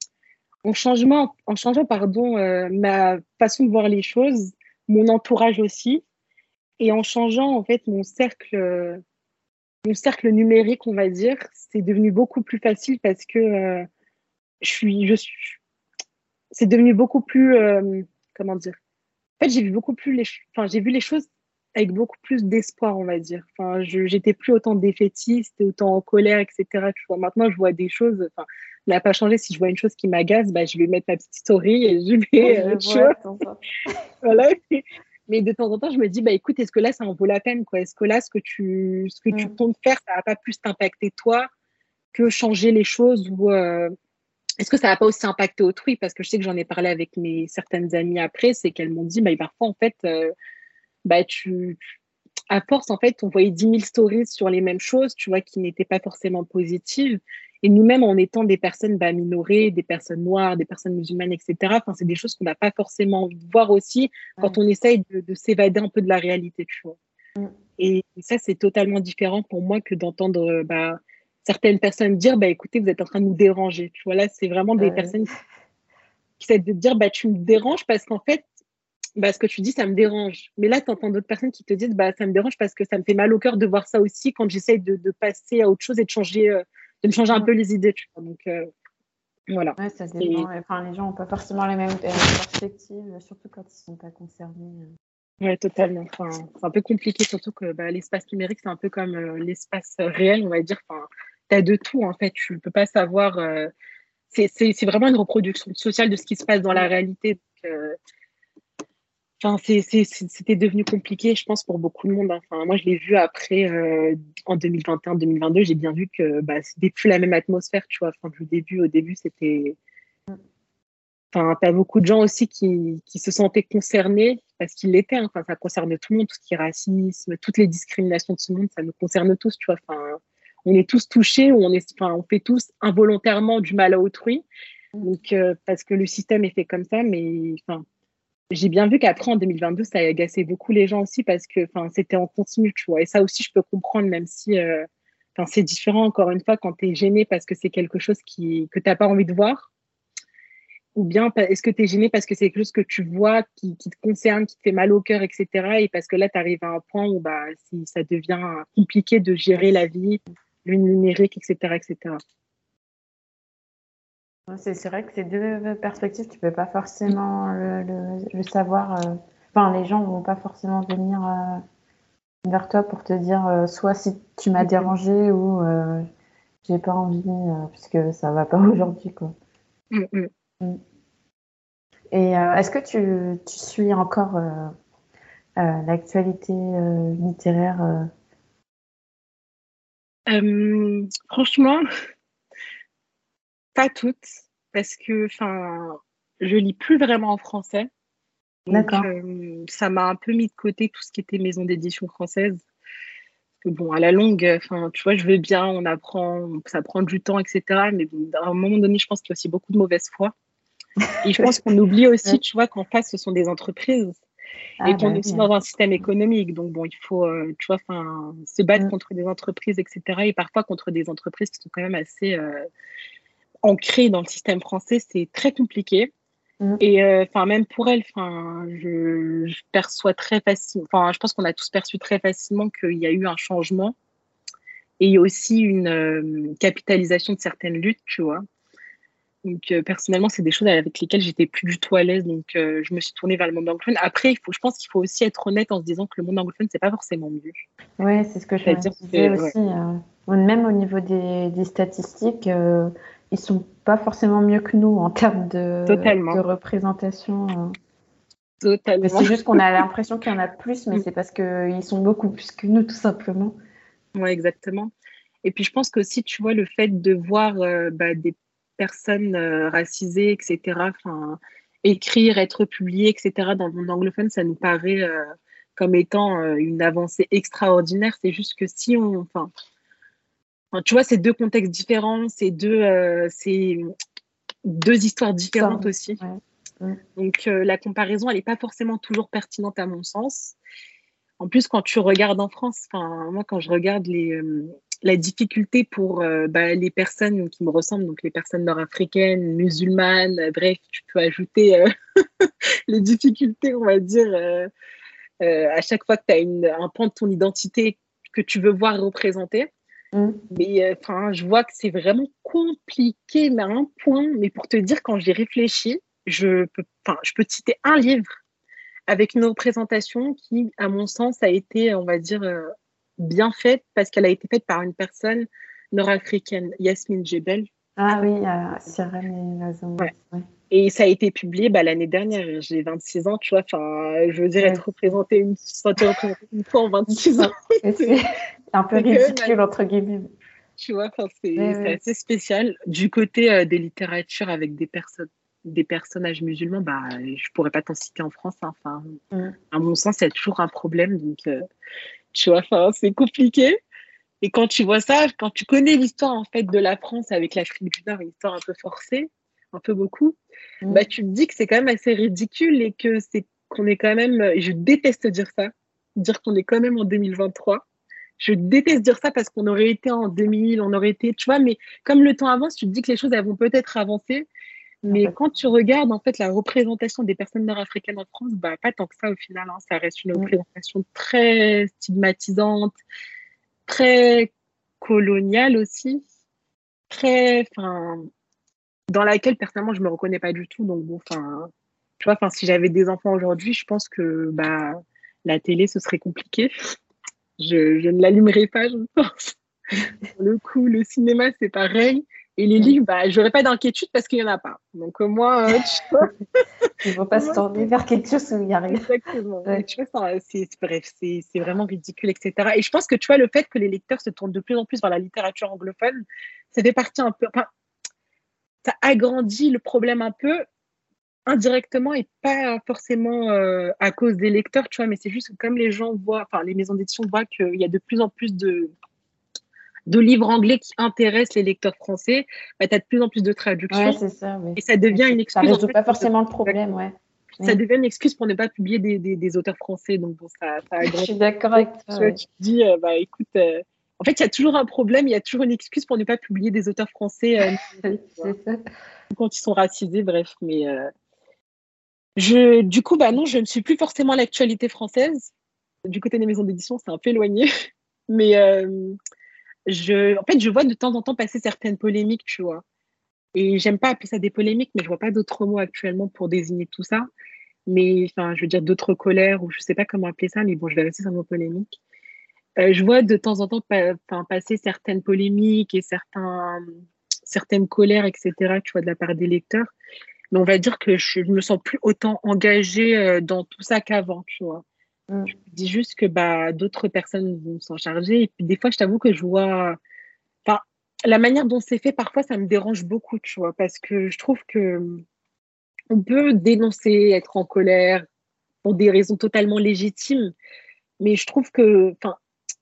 en changement, en changeant, pardon, euh, ma façon de voir les choses, mon entourage aussi, et en changeant, en fait, mon cercle, euh, mon cercle numérique, on va dire, c'est devenu beaucoup plus facile parce que euh, je suis, je suis, c'est devenu beaucoup plus, euh, comment dire, en fait, j'ai vu beaucoup plus les, ch- enfin, j'ai vu les choses avec beaucoup plus d'espoir, on va dire. Enfin, je, j'étais plus autant défaitiste et autant en colère, et cetera. Tu vois, maintenant, je vois des choses, enfin, ça n'a pas changé. Si je vois une chose qui m'agace, bah, je vais mettre ma petite story et je vais, Je euh, tu vois vois, ton sens. voilà. Mais de temps en temps, je me dis, bah, écoute, est-ce que là, ça en vaut la peine, quoi? Est-ce que là, ce que tu, ce que tu Mm. comptes faire, ça va pas plus t'impacter toi que changer les choses ou, euh, est-ce que ça va pas aussi impacter autrui? Parce que je sais que j'en ai parlé avec mes certaines amies après, c'est qu'elles m'ont dit, bah, parfois, en fait, euh, bah, tu, à force, en fait, on voyait dix mille stories sur les mêmes choses, tu vois, qui n'étaient pas forcément positives. Et nous-mêmes, en étant des personnes bah, minorées, des personnes noires, des personnes musulmanes, et cetera, enfin, c'est des choses qu'on n'a pas forcément envie de voir aussi quand Ouais. on essaye de, de s'évader un peu de la réalité, tu vois. Mm. Et ça, c'est totalement différent pour moi que d'entendre euh, bah, certaines personnes dire, bah, écoutez, vous êtes en train de nous déranger. Tu vois, là, c'est vraiment des Euh, personnes qui essaient de dire, bah, tu me déranges parce qu'en fait, bah, ce que tu dis, ça me dérange. Mais là, tu entends d'autres personnes qui te disent, bah, ça me dérange parce que ça me fait mal au cœur de voir ça aussi quand j'essaye de, de passer à autre chose et de changer, euh, de me changer un mm. peu les idées. Tu vois. Donc, euh, voilà. Ouais, ça dépend. C'est, Enfin, les gens n'ont pas forcément les mêmes euh, perspectives, surtout quand ils ne sont pas concernés. ouais, totalement. Enfin, c'est un peu compliqué, surtout que bah, l'espace numérique, c'est un peu comme euh, l'espace réel, on va dire. Enfin, tu as de tout, en fait. Tu ne peux pas savoir. euh, c'est, c'est, c'est vraiment une reproduction sociale de ce qui se passe dans la Mm. réalité. Donc, euh, Enfin, c'est, c'est, c'est- c'était devenu compliqué, je pense, pour beaucoup de monde, hein. Enfin, moi, je l'ai vu après, euh, en deux mille vingt et un, deux mille vingt-deux, j'ai bien vu que bah, c'était plus la même atmosphère, tu vois. Enfin, au début, au début, c'était. Enfin, t'as beaucoup de gens aussi qui, qui se sentaient concernés parce qu'ils l'étaient, hein. Enfin, ça concerne tout le monde, tout ce qui est racisme, toutes les discriminations de ce monde, ça nous concerne tous, tu vois. Enfin, on est tous touchés, ou on est, enfin, on fait tous involontairement du mal à autrui. Mm. Donc, euh, parce que le système est fait comme ça, mais enfin, j'ai bien vu qu'après, en deux mille vingt-deux, ça a agacé beaucoup les gens aussi parce que enfin, c'était en continu, tu vois. Et ça aussi, je peux comprendre, même si euh, enfin, c'est différent, encore une fois, quand tu es gêné parce que c'est quelque chose qui, que tu n'as pas envie de voir, ou bien pa- est-ce que tu es gêné parce que c'est quelque chose que tu vois, qui, qui te concerne, qui te fait mal au cœur, et cetera. Et parce que là, tu arrives à un point où bah, si ça devient compliqué de gérer la vie, le numérique, et cetera, et cetera. Ouais, C'est c'est vrai que c'est deux perspectives, tu peux pas forcément le, le- le savoir. euh, Enfin, les gens vont pas forcément venir euh, vers toi pour te dire euh, soit si tu m'as dérangé ou euh, j'ai pas envie euh, puisque ça va pas aujourd'hui, quoi. Mm, mm. Mm. Et euh, est-ce que tu, tu suis encore euh, euh, l'actualité euh, littéraire euh, Euh, franchement, pas toutes, parce que enfin, je lis plus vraiment en français. Donc, D'accord. euh, ça m'a un peu mis de côté tout ce qui était maison d'édition française. Que bon, à la longue, euh, enfin, tu vois, je veux bien, on apprend, ça prend du temps, et cetera. Mais bon, à un moment donné, je pense qu'il y a aussi beaucoup de mauvaise foi. Et je pense qu'on oublie aussi, Ouais. tu vois, qu'en face, ce sont des entreprises et Ah qu'on bah est oui. aussi Hein. dans un système économique. Donc, bon, il faut, euh, tu vois, enfin, se battre Mm. contre des entreprises, et cetera. Et parfois contre des entreprises qui sont quand même assez euh, ancrées dans le système français, c'est très compliqué. Mm. Et euh, enfin, même pour elle, enfin, je, je perçois très facilement, enfin, je pense qu'on a tous perçu très facilement qu'il y a eu un changement et il y a aussi une euh, capitalisation de certaines luttes, tu vois. Donc, euh, personnellement, c'est des choses avec lesquelles j'étais plus du tout à l'aise. Donc, euh, je me suis tournée vers le monde anglophone. Après, il faut, je pense qu'il faut aussi être honnête en se disant que le monde anglophone, c'est pas forcément mieux. Oui, c'est ce que je me C'est-à-dire disais que, ouais, aussi. euh, Même au niveau des, des statistiques, euh, ils sont pas forcément mieux que nous en termes de, de totalement, représentation. euh. Mais totalement. c'est juste qu'on a l'impression qu'il y en a plus, mais c'est parce qu'ils sont beaucoup plus que nous, tout simplement. Ouais, exactement. Et puis, je pense qu'aussi, tu vois, le fait de voir euh, bah, des personnes euh, racisées, et cetera, enfin, écrire, être publiées, et cetera, dans le monde anglophone, ça nous paraît euh, comme étant euh, une avancée extraordinaire. C'est juste que si on, enfin, enfin, tu vois, c'est deux contextes différents, c'est deux, euh, c'est deux histoires Ça, différentes aussi. ouais. Mm. Donc, euh, la comparaison, elle n'est pas forcément toujours pertinente à mon sens. En plus, quand tu regardes en France, enfin, moi, quand je regarde les, euh, la difficulté pour euh, bah, les personnes qui me ressemblent, donc les personnes nord-africaines, musulmanes, euh, bref, tu peux ajouter euh, les difficultés, on va dire, euh, euh, à chaque fois que tu as un pan de ton identité que tu veux voir représenté. Mm. Mais enfin, je vois que c'est vraiment compliqué, mais à un point. Mais pour te dire, quand j'ai réfléchi, je peux, enfin, je peux te citer un livre avec une représentation qui, à mon sens, a été, on va dire, euh, bien faite parce qu'elle a été faite par une personne nord-africaine, Yasmine Jebel. Ah oui, euh, Sierra Leone, Ouais. ouais. Et ça a été publié bah, l'année dernière. J'ai vingt-six ans, tu vois. Enfin, je veux dire, Ouais. être représentée une, être représentée une fois en vingt-six ans, Et c'est, c'est un peu c'est quand même ridicule, entre guillemets. tu vois, enfin, Ouais, c'est c'est ouais. assez spécial. Du côté euh, des littératures avec des personnes, des personnages musulmans, bah, je pourrais pas t'en citer en France, hein. Enfin, Mm. à mon sens, il y a toujours un problème. Donc, euh, tu vois, enfin, c'est compliqué. Et quand tu vois ça, quand tu connais l'histoire en fait de la France avec l'Afrique du Nord, une histoire un peu forcée, un peu beaucoup, bah, Mm. tu te dis que c'est quand même assez ridicule et que c'est qu'on est quand même. Et je déteste dire ça, dire qu'on est quand même en deux mille vingt-trois. Je déteste dire ça parce qu'on aurait été en deux mille, on aurait été, tu vois, mais comme le temps avance, tu te dis que les choses, elles vont peut-être avancer. Mais quand tu regardes, en fait, la représentation des personnes nord-africaines en France, bah, pas tant que ça au final, hein. Ça reste une Mm. représentation très stigmatisante, très coloniale aussi, très, enfin, dans laquelle personnellement, je me reconnais pas du tout. Donc, bon, enfin, tu vois, enfin, si j'avais des enfants aujourd'hui, je pense que, bah, la télé, ce serait compliqué. Je, je ne l'allumerai pas, je pense. Pour le coup, le cinéma, c'est pareil. Et les Mm. livres, bah, j'aurais pas d'inquiétude parce qu'il y en a pas. Donc, euh, moi, euh, tu vois, Il ne faut pas se moi, tourner c'est vers quelque chose où il n'y a rien. exactement. Et Ouais. tu vois, ça, c'est, c'est- bref, c'est, c'est vraiment ridicule, et cetera. Et je pense que, tu vois, le fait que les lecteurs se tournent de plus en plus vers la littérature anglophone, ça fait partie un peu, enfin, ça agrandit le problème un peu indirectement et pas forcément euh, à cause des lecteurs, tu vois, mais c'est juste que comme les gens voient, enfin, les maisons d'édition voient qu'il y a de plus en plus de de livres anglais qui intéressent les lecteurs français, bah, tu as de plus en plus de Ouais, traductions c'est ça, oui. et ça Mais devient c'est- une ça excuse en résout fait pas pour ne forcément le problème, exactement. ouais. Ça Oui. devient une excuse pour ne pas publier des, des, des auteurs français. Donc bon, ça, ça Je agrandit suis le d'accord truc. avec Tu toi, vois, ouais. tu te dis, euh, bah écoute, euh, en fait, il y a toujours un problème, il y a toujours une excuse pour ne pas publier des auteurs français euh, C'est minorisés, tu vois, c'est ça. quand ils sont racisés, bref. Mais euh, je, du coup, bah non, je ne suis plus forcément à l'actualité française. Du côté des maisons d'édition, c'est un peu éloigné. Mais euh, je, en fait, je vois de temps en temps passer certaines polémiques, tu vois. Et j'aime pas appeler ça des polémiques, mais je vois pas d'autres mots actuellement pour désigner tout ça. Mais enfin, je veux dire d'autres colères, ou je sais pas comment appeler ça, mais bon, je vais rester sur le mot polémique. Euh, je vois de temps en temps pa- enfin, passer certaines polémiques et certains, certaines colères, et cetera, tu vois, de la part des lecteurs. Mais on va dire que je ne me sens plus autant engagée euh, dans tout ça qu'avant, tu vois. Je Mm. me dis juste que bah, d'autres personnes vont s'en charger. Et puis des fois, je t'avoue que je vois. Enfin, la manière dont c'est fait, parfois, ça me dérange beaucoup, tu vois, parce que je trouve que on peut dénoncer, être en colère pour des raisons totalement légitimes, mais je trouve que, enfin,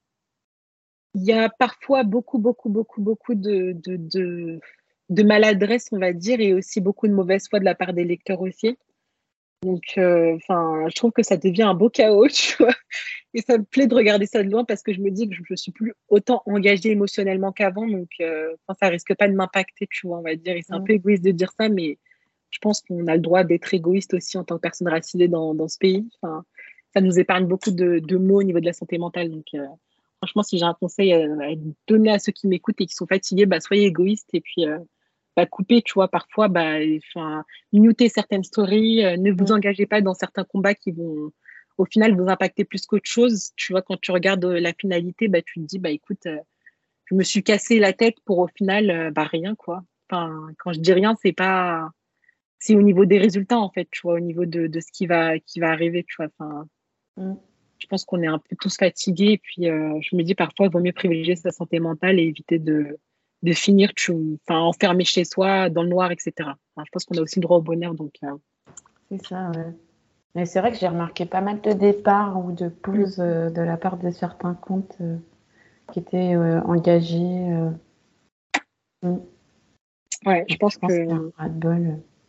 il y a parfois beaucoup, beaucoup, beaucoup, beaucoup de, de, de, de maladresse, on va dire, et aussi beaucoup de mauvaise foi de la part des lecteurs aussi. Donc, euh, enfin, je trouve que ça devient un beau chaos, tu vois. Et ça me plaît de regarder ça de loin parce que je me dis que je ne suis plus autant engagée émotionnellement qu'avant. Donc, euh, enfin, ça risque pas de m'impacter, tu vois, on va dire. Et c'est un Mm. peu égoïste de dire ça, mais je pense qu'on a le droit d'être égoïste aussi en tant que personne racisée dans, dans ce pays. Enfin, ça nous épargne beaucoup de, de mots au niveau de la santé mentale. Donc, euh, franchement, si j'ai un conseil à, à donner à ceux qui m'écoutent et qui sont fatigués, bah, soyez égoïstes et puis euh, bah, coupez, tu vois, parfois, bah, enfin, mutez certaines stories, euh, ne vous Mm. engagez pas dans certains combats qui vont au final vous impacter plus qu'autre chose. Tu vois, quand tu regardes euh, la finalité, bah, tu te dis, bah, écoute, euh, je me suis cassé la tête pour au final, euh, bah, rien, quoi. Enfin, quand je dis rien, c'est pas c'est au niveau des résultats en fait, tu vois, au niveau de, de ce qui va qui va arriver, tu vois. Enfin, Mm. je pense qu'on est un peu tous fatigués et puis euh, je me dis parfois il vaut mieux privilégier sa santé mentale et éviter de de finir tu, enfin, enfermé chez soi dans le noir, et cetera. Enfin, je pense qu'on a aussi le droit au bonheur, donc euh, C'est ça, ouais. Mais c'est vrai que j'ai remarqué pas mal de départs ou de mm. pauses euh, de la part de certains comptes euh, qui étaient euh, engagés. euh. Mm. Ouais, je Donc, pense je pense qu'il y a un que ras-le-bol.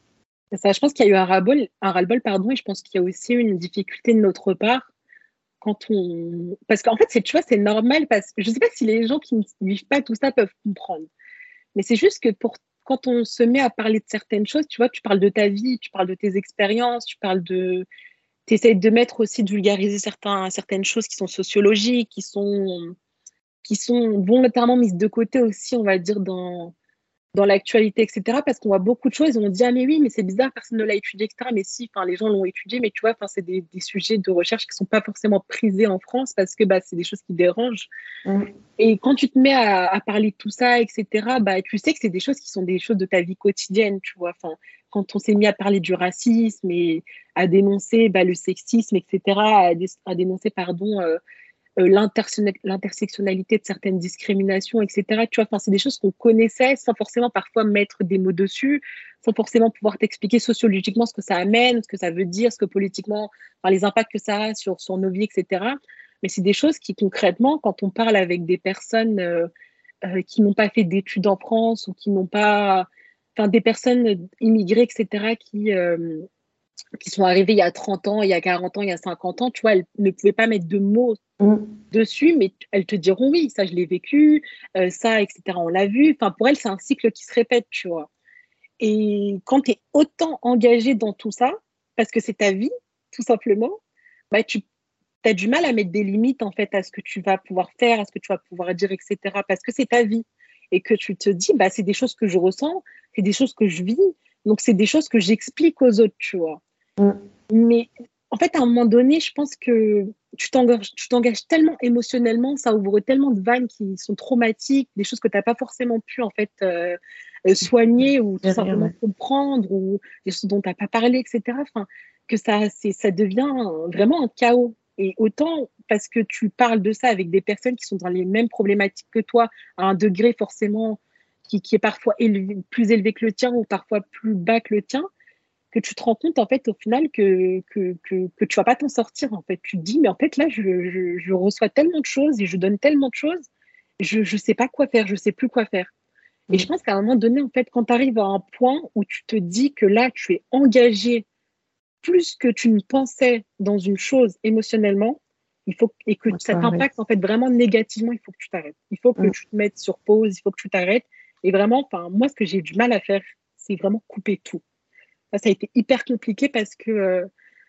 Ça, je pense qu'il y a eu un ras-le-bol, un ras-le-bol, pardon, et je pense qu'il y a aussi une difficulté de notre part quand on... Parce qu'en fait, c'est, tu vois, c'est normal, parce que je ne sais pas si les gens qui ne vivent pas tout ça peuvent comprendre, mais c'est juste que pour... quand on se met à parler de certaines choses, tu vois, tu parles de ta vie, tu parles de tes expériences, tu parles de... Tu essaies de mettre aussi, de vulgariser certains, certaines choses qui sont sociologiques, qui sont, qui sont volontairement mises de côté aussi, on va dire, dans dans l'actualité, et cetera. Parce qu'on voit beaucoup de choses et on dit, ah mais oui, mais c'est bizarre, personne ne l'a étudié, et cetera. Mais si, enfin, les gens l'ont étudié, mais tu vois, enfin, c'est des, des sujets de recherche qui ne sont pas forcément prisés en France parce que bah, c'est des choses qui dérangent. Mm. Et quand tu te mets à, à parler de tout ça, et cetera, bah, tu sais que c'est des choses qui sont des choses de ta vie quotidienne, tu vois. Enfin, quand on s'est mis à parler du racisme et à dénoncer bah, le sexisme, et cetera, à, dé à dénoncer, pardon, euh, euh, l'intersectionnalité de certaines discriminations, et cetera. Tu vois, enfin, c'est des choses qu'on connaissait sans forcément parfois mettre des mots dessus, sans forcément pouvoir t'expliquer sociologiquement ce que ça amène, ce que ça veut dire, ce que politiquement, enfin, les impacts que ça a sur, sur nos vies, et cetera. Mais c'est des choses qui, concrètement, quand on parle avec des personnes euh, euh, qui n'ont pas fait d'études en France ou qui n'ont pas... Enfin, des personnes immigrées, et cetera, qui... Euh, qui sont arrivées il y a trente ans, il y a quarante ans, il y a cinquante ans, tu vois, elles ne pouvaient pas mettre de mots Mm. dessus, mais elles te diront oui, ça je l'ai vécu, euh, ça, et cetera. On l'a vu. Enfin, pour elles, c'est un cycle qui se répète, tu vois. Et quand tu es autant engagé dans tout ça, parce que c'est ta vie, tout simplement, bah, tu as du mal à mettre des limites en fait à ce que tu vas pouvoir faire, à ce que tu vas pouvoir dire, et cetera. Parce que c'est ta vie. Et que tu te dis, bah, c'est des choses que je ressens, c'est des choses que je vis, donc c'est des choses que j'explique aux autres, tu vois. Mm. Mais en fait, à un moment donné, je pense que tu t'engages, tu t'engages tellement émotionnellement, ça ouvre tellement de vannes qui sont traumatiques, des choses que tu n'as pas forcément pu en fait euh, euh, soigner ou tout Derrière, simplement ouais. comprendre ou des choses dont tu n'as pas parlé, et cetera. Enfin, que ça, c'est, ça devient vraiment un chaos. Et autant parce que tu parles de ça avec des personnes qui sont dans les mêmes problématiques que toi, à un degré forcément qui, qui est parfois élevé, plus élevé que le tien ou parfois plus bas que le tien, que tu te rends compte en fait au final que, que, que, que tu vas pas t'en sortir en fait. Tu te dis mais en fait là je, je, je reçois tellement de choses et je donne tellement de choses, je je sais pas quoi faire, je sais plus quoi faire. Et je Mm. pense qu'à un moment donné en fait quand tu arrives à un point où tu te dis que là tu es engagé plus que tu ne pensais dans une chose émotionnellement, il faut et que Ouais, faut ça t'impacte arrêter. en fait vraiment négativement, il faut que tu t'arrêtes. Il faut que Mm. tu te mettes sur pause, il faut que tu t'arrêtes. Et vraiment, enfin moi ce que j'ai du mal à faire, c'est vraiment couper tout. Ça, ça a été hyper compliqué parce que, euh,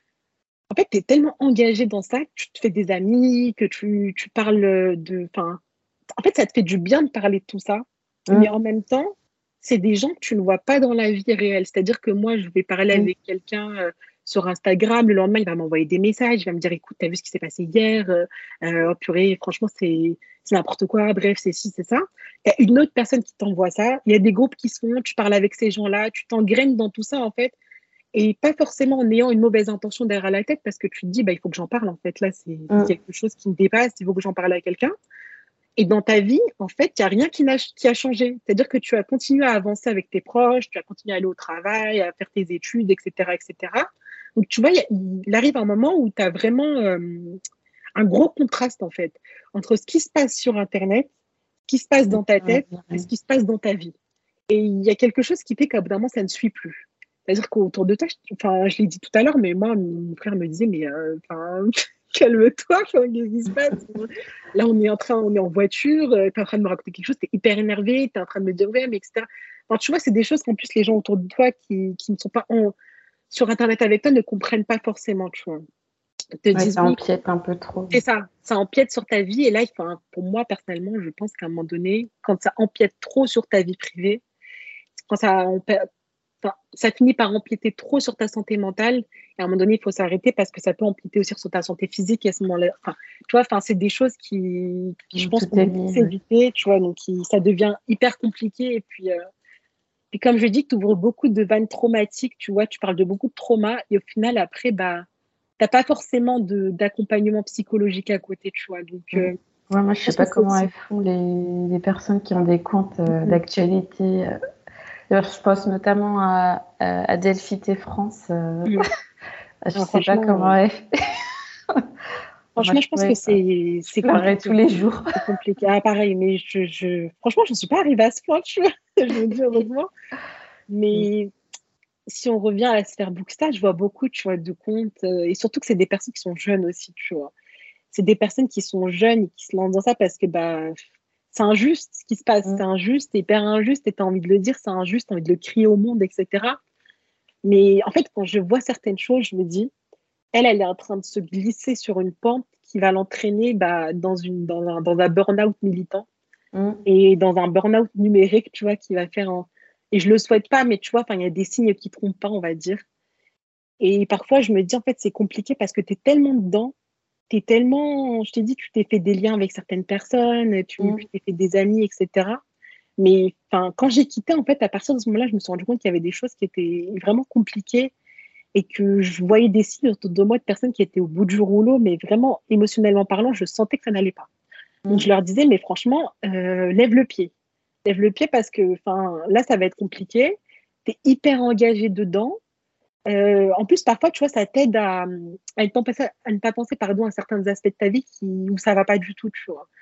en fait, tu es tellement engagé dans ça que tu te fais des amis, que tu, tu parles de. Enfin, en fait, ça te fait du bien de parler de tout ça. Mais en Mm. même temps, c'est des gens que tu ne vois pas dans la vie réelle. C'est-à-dire que moi, je vais parler Oui. avec quelqu'un euh, sur Instagram. Le lendemain, il va m'envoyer des messages. Il va me dire, écoute, t'as vu ce qui s'est passé hier? Euh, euh, oh purée, franchement, c'est c'est n'importe quoi. Bref, c'est ci, c'est ça. Il y a une autre personne qui t'envoie ça. Il y a des groupes qui se font. Tu parles avec ces gens-là. Tu t'engraines dans tout ça, en fait. Et pas forcément en ayant une mauvaise intention derrière la tête, parce que tu te dis, bah, il faut que j'en parle, en fait. Là, c'est Mm. quelque chose qui me dépasse, il faut que j'en parle à quelqu'un. Et dans ta vie, en fait, il n'y a rien qui, n'a, qui a changé. C'est-à-dire que tu as continué à avancer avec tes proches, tu as continué à aller au travail, à faire tes études, et cetera, et cetera. Donc, tu vois, il, il arrive un moment où tu as vraiment euh, un gros contraste, en fait, entre ce qui se passe sur Internet, ce qui se passe dans ta Ouais, tête et ce qui se passe dans ta vie. Et il y a quelque chose qui fait qu'à bout d'un moment, ça ne suit plus. C'est-à-dire qu'autour de toi, je, enfin, je l'ai dit tout à l'heure, mais moi, mon frère me disait, mais euh, enfin, calme-toi, enfin, qu'est-ce qui se passe? Là, on est en train, on est en voiture, euh, tu es en train de me raconter quelque chose, tu es hyper énervé, tu es en train de me dire, ouais, mais et cetera. Enfin, tu vois, c'est des choses qu'en plus, les gens autour de toi qui, qui ne sont pas en, sur Internet avec toi ne comprennent pas forcément, tu vois. Ils te ouais, disent, ça oui, empiète un peu trop. c'est ça, ça empiète sur ta vie. Et là, enfin, pour moi, personnellement, je pense qu'à un moment donné, quand ça empiète trop sur ta vie privée, quand ça, enfin, ça finit par empiéter trop sur ta santé mentale. Et à un moment donné, il faut s'arrêter parce que ça peut empiéter aussi sur ta santé physique. Et à ce moment-là, enfin, tu vois, enfin, c'est des choses qui, qui je Mm. pense Tout qu'on est peut tous lié. Ouais. éviter, tu vois. Donc, qui, ça devient hyper compliqué. Et puis, euh, puis comme je dis, tu ouvres beaucoup de vannes traumatiques, tu vois, tu parles de beaucoup de traumas. Et au final, après, bah, t'as pas forcément de, d'accompagnement psychologique à côté, tu vois. Donc, Mm. euh, Ouais, moi, je je sais pense que pas c'est comment aussi. elles font les, les personnes qui ont des comptes euh, Mhm. d'actualité. euh. D'ailleurs, je pense notamment à, à, à Delphité France. Euh, Mhm. je Alors, sais pas franchement, comment euh, elle fait. Moi, franchement, je je pense que pourrais pas. c'est Je c'est pleurerais tous compliqué. les jours. C'est compliqué. Ah, pareil, mais je, je... franchement, je ne suis pas arrivée à ce point, tu vois. Je me dis heureusement. Mm. Mais si on revient à la sphère Bookstar, je vois beaucoup, tu vois, de comptes, euh, et surtout que c'est des personnes qui sont jeunes aussi, tu vois. C'est des personnes qui sont jeunes et qui se lancent dans ça parce que bah, c'est injuste ce qui se passe, c'est Mm. injuste, c'est hyper injuste, et tu as envie de le dire, c'est injuste, tu as envie de le crier au monde, et cetera. Mais en fait, quand je vois certaines choses, je me dis, elle, elle est en train de se glisser sur une pente qui va l'entraîner bah, dans, une, dans un, dans un burn-out militant Mm. et dans un burn-out numérique, tu vois, qui va faire un... Et je le souhaite pas, mais tu vois, il y a des signes qui trompent pas, on va dire. Et parfois, je me dis, en fait, c'est compliqué parce que tu es tellement dedans, tu es tellement, je t'ai dit, tu t'es fait des liens avec certaines personnes, tu tu Mm. t'es fait des amis, et cetera. Mais enfin, quand j'ai quitté, en fait, à partir de ce moment-là, je me suis rendu compte qu'il y avait des choses qui étaient vraiment compliquées et que je voyais des signes autour de moi de personnes qui étaient au bout du rouleau, mais vraiment, émotionnellement parlant, je sentais que ça n'allait pas. Donc, je Mm. leur disais, mais franchement, euh, lève le pied. Lève le pied parce que enfin, là, ça va être compliqué. Tu es hyper engagé dedans. Euh, en plus, parfois, tu vois, ça t'aide à, à, ne pas penser, à ne pas penser pardon, à certains aspects de ta vie qui, où ça va pas du tout, tu vois.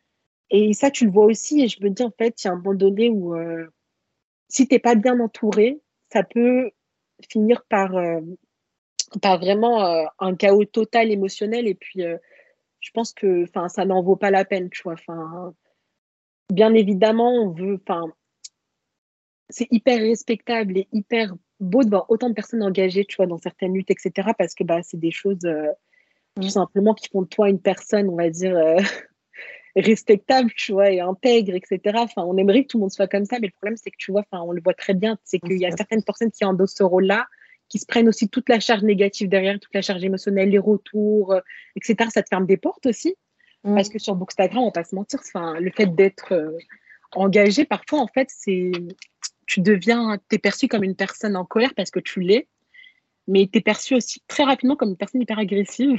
Et ça, tu le vois aussi. Et je me dis, en fait, il y a un moment donné où euh, si t'es pas bien entouré, ça peut finir par, euh, par vraiment euh, un chaos total émotionnel. Et puis, euh, je pense que enfin, ça n'en vaut pas la peine, tu vois. Enfin, bien évidemment, on veut, enfin, c'est hyper respectable et hyper beau de voir autant de personnes engagées, tu vois, dans certaines luttes, et cetera. Parce que bah, c'est des choses euh, tout Mm. simplement qui font de toi une personne, on va dire, euh, respectable, tu vois, et intègre, et cetera. Enfin, on aimerait que tout le monde soit comme ça, mais le problème, c'est que tu vois, enfin, on le voit très bien, c'est On qu'il se y a fait certaines plus. personnes qui endossent ce rôle-là, qui se prennent aussi toute la charge négative derrière, toute la charge émotionnelle, les retours, euh, et cetera. Ça te ferme des portes aussi, parce Mm. que sur Bookstagram, on va pas se mentir, enfin, le fait d'être euh, engagé, parfois, en fait, c'est tu deviens, t'es perçu comme une personne en colère parce que tu l'es, mais t'es perçu aussi très rapidement comme une personne hyper agressive.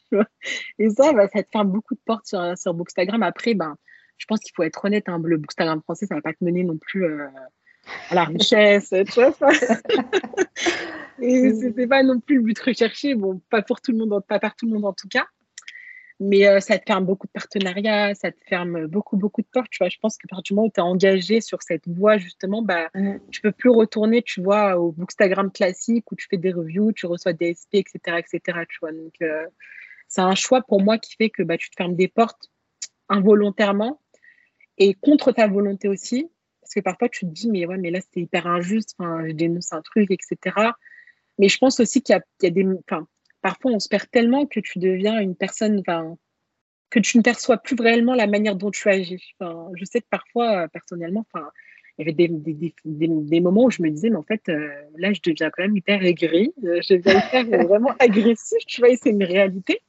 Et ça, bah, ça te ferme beaucoup de portes sur, sur Bookstagram. Après, ben, je pense qu'il faut être honnête, hein, le Bookstagram français, ça va pas te mener non plus euh, à la richesse, tu vois. Ça. Et c'est c'est Mm. pas non plus le but recherché. Bon, pas pour tout le monde, pas par tout le monde en tout cas. Mais euh, ça te ferme beaucoup de partenariats, ça te ferme beaucoup, beaucoup de portes. Tu vois, je pense que à partir du moment où tu es engagé sur cette voie, justement, bah, Mm. tu peux plus retourner, tu vois, au Bookstagram classique où tu fais des reviews, tu reçois des S P, et cetera, et cetera. Tu vois, donc euh, c'est un choix pour moi qui fait que bah, tu te fermes des portes involontairement et contre ta volonté aussi. Parce que parfois, tu te dis, mais ouais, mais là, c'était hyper injuste, enfin, je dénonce un truc, et cetera. Mais je pense aussi qu'il y a, il y a des. Enfin, parfois, on se perd tellement que tu deviens une personne, enfin, que tu ne perçois plus réellement la manière dont tu agis. Enfin, je sais que parfois, euh, personnellement, enfin, il y avait des, des, des, des, des moments où je me disais, mais en fait, euh, là, je deviens quand même hyper aigrie, euh, je deviens hyper euh, vraiment agressive, tu vois, et c'est une réalité.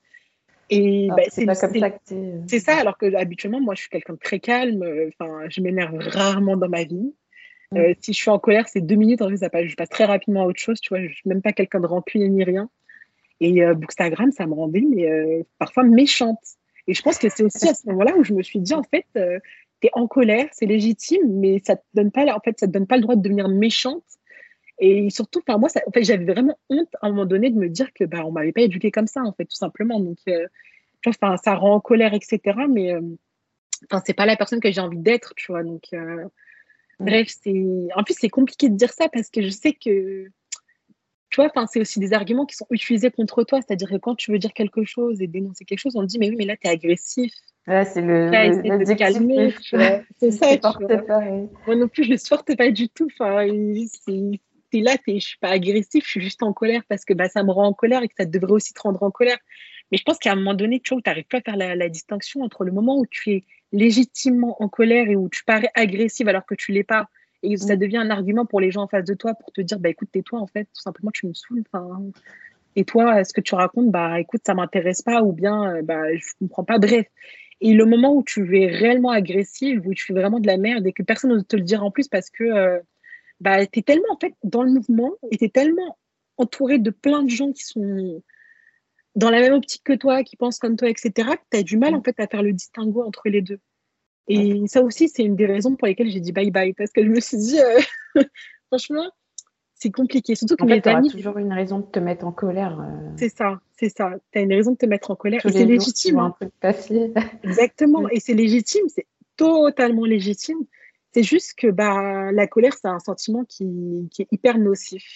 Et bah, Alors que c'est c'est pas comme c'est ça que tu es. c'est ça, alors que habituellement, moi, je suis quelqu'un de très calme. euh, Enfin, je m'énerve rarement dans ma vie. Euh, si je suis en colère, c'est deux minutes. En fait, ça passe, je passe très rapidement à autre chose. Tu vois, je suis même pas quelqu'un de rancune ni rien. Et euh, Bookstagram, ça me rendait mais, euh, parfois méchante. Et je pense que c'est aussi à ce moment-là où je me suis dit, en fait, euh, tu es en colère, c'est légitime, mais ça te donne pas, en fait, ça te donne pas le droit de devenir méchante. Et surtout, enfin, moi, ça, en fait, j'avais vraiment honte à un moment donné de me dire que bah, on m'avait pas éduqué comme ça, en fait, tout simplement. Donc, euh, tu vois, enfin, ça rend en colère, et cetera. Mais euh, enfin, c'est pas la personne que j'ai envie d'être, tu vois. Donc, euh, Mm. bref, c'est. En plus, c'est compliqué de dire ça parce que je sais que, tu vois, enfin, c'est aussi des arguments qui sont utilisés contre toi. C'est-à-dire que quand tu veux dire quelque chose et dénoncer quelque chose, on te dit, mais oui, mais là, t'es agressif. Là, c'est le, Là, le- essaie de te l'adjectif que calmer, je tu peux vois. C'est ça, tu supporter vois. pas. Oui. Moi non plus, je le supporte pas du tout. Enfin, il- c'est. T'es là, t'es, je suis pas agressif, je suis juste en colère parce que bah, ça me rend en colère et que ça devrait aussi te rendre en colère. Mais je pense qu'à un moment donné, tu vois, tu n'arrives pas à faire la, la distinction entre le moment où tu es légitimement en colère et où tu parais agressive alors que tu l'es pas, et ça Mm. devient un argument pour les gens en face de toi pour te dire, bah écoute, tais-toi, en fait, tout simplement, tu me saoules. Enfin, et toi, ce que tu racontes, bah écoute, ça m'intéresse pas, ou bien, euh, bah je comprends pas. Bref. Et le moment où tu es réellement agressive, où tu fais vraiment de la merde et que personne n'ose te le dire en plus parce que euh, bah, tu es tellement en fait dans le mouvement et tu es tellement entouré de plein de gens qui sont dans la même optique que toi, qui pensent comme toi, et cetera, que tu as du mal en Mm. fait à faire le distinguo entre les deux. Ouais. Et ça aussi, c'est une des raisons pour lesquelles j'ai dit bye bye, parce que je me suis dit, euh, franchement, c'est compliqué. Surtout que En fait, mes tu auras amis, toujours une raison de te mettre en colère. euh, c'est ça, c'est ça. Tu as une raison de te mettre en colère tous et c'est les jours, tu légitime, vois un hein. truc passer. Exactement. Mm. Et c'est légitime, c'est totalement légitime. C'est juste que bah, la colère, c'est un sentiment qui, qui est hyper nocif.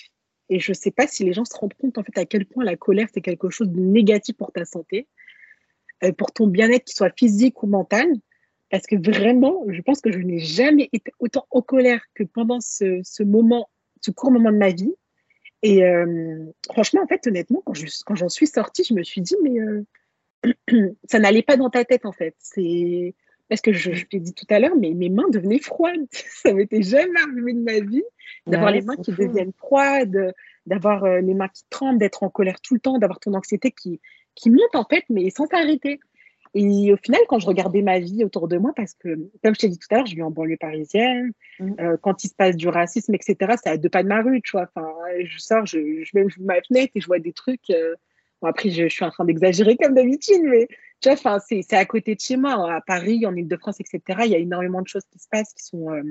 Et je sais pas si les gens se rendent compte, en fait, à quel point la colère, c'est quelque chose de négatif pour ta santé, euh, pour ton bien-être, qu'il soit physique ou mental. Parce que vraiment, je pense que je n'ai jamais été autant en colère que pendant ce, ce moment, ce court moment de ma vie. Et euh, franchement, en fait, honnêtement, quand je, quand j'en suis sortie, je me suis dit, mais euh, ça n'allait pas dans ta tête, en fait. C'est parce que je, je t'ai dit tout à l'heure, mais mes mains devenaient froides. Ça m'était jamais arrivé de ma vie d'avoir Ouais, les mains c'est qui fou. deviennent froides, d'avoir euh, les mains qui tremblent, d'être en colère tout le temps, d'avoir ton anxiété qui, qui monte, en fait, mais sans s'arrêter. Et au final, quand je regardais ma vie autour de moi, parce que, comme je t'ai dit tout à l'heure, je vis en banlieue parisienne, Mm. euh, quand il se passe du racisme, et cetera, c'est à deux pas de ma rue, tu vois. Enfin, je sors, je, je mets ma fenêtre et je vois des trucs. Euh... Bon, après, je, je suis en train d'exagérer comme d'habitude, mais tu vois, enfin, c'est, c'est à côté de chez moi, à Paris, en Île-de-France, et cetera. Il y a énormément de choses qui se passent, qui sont euh,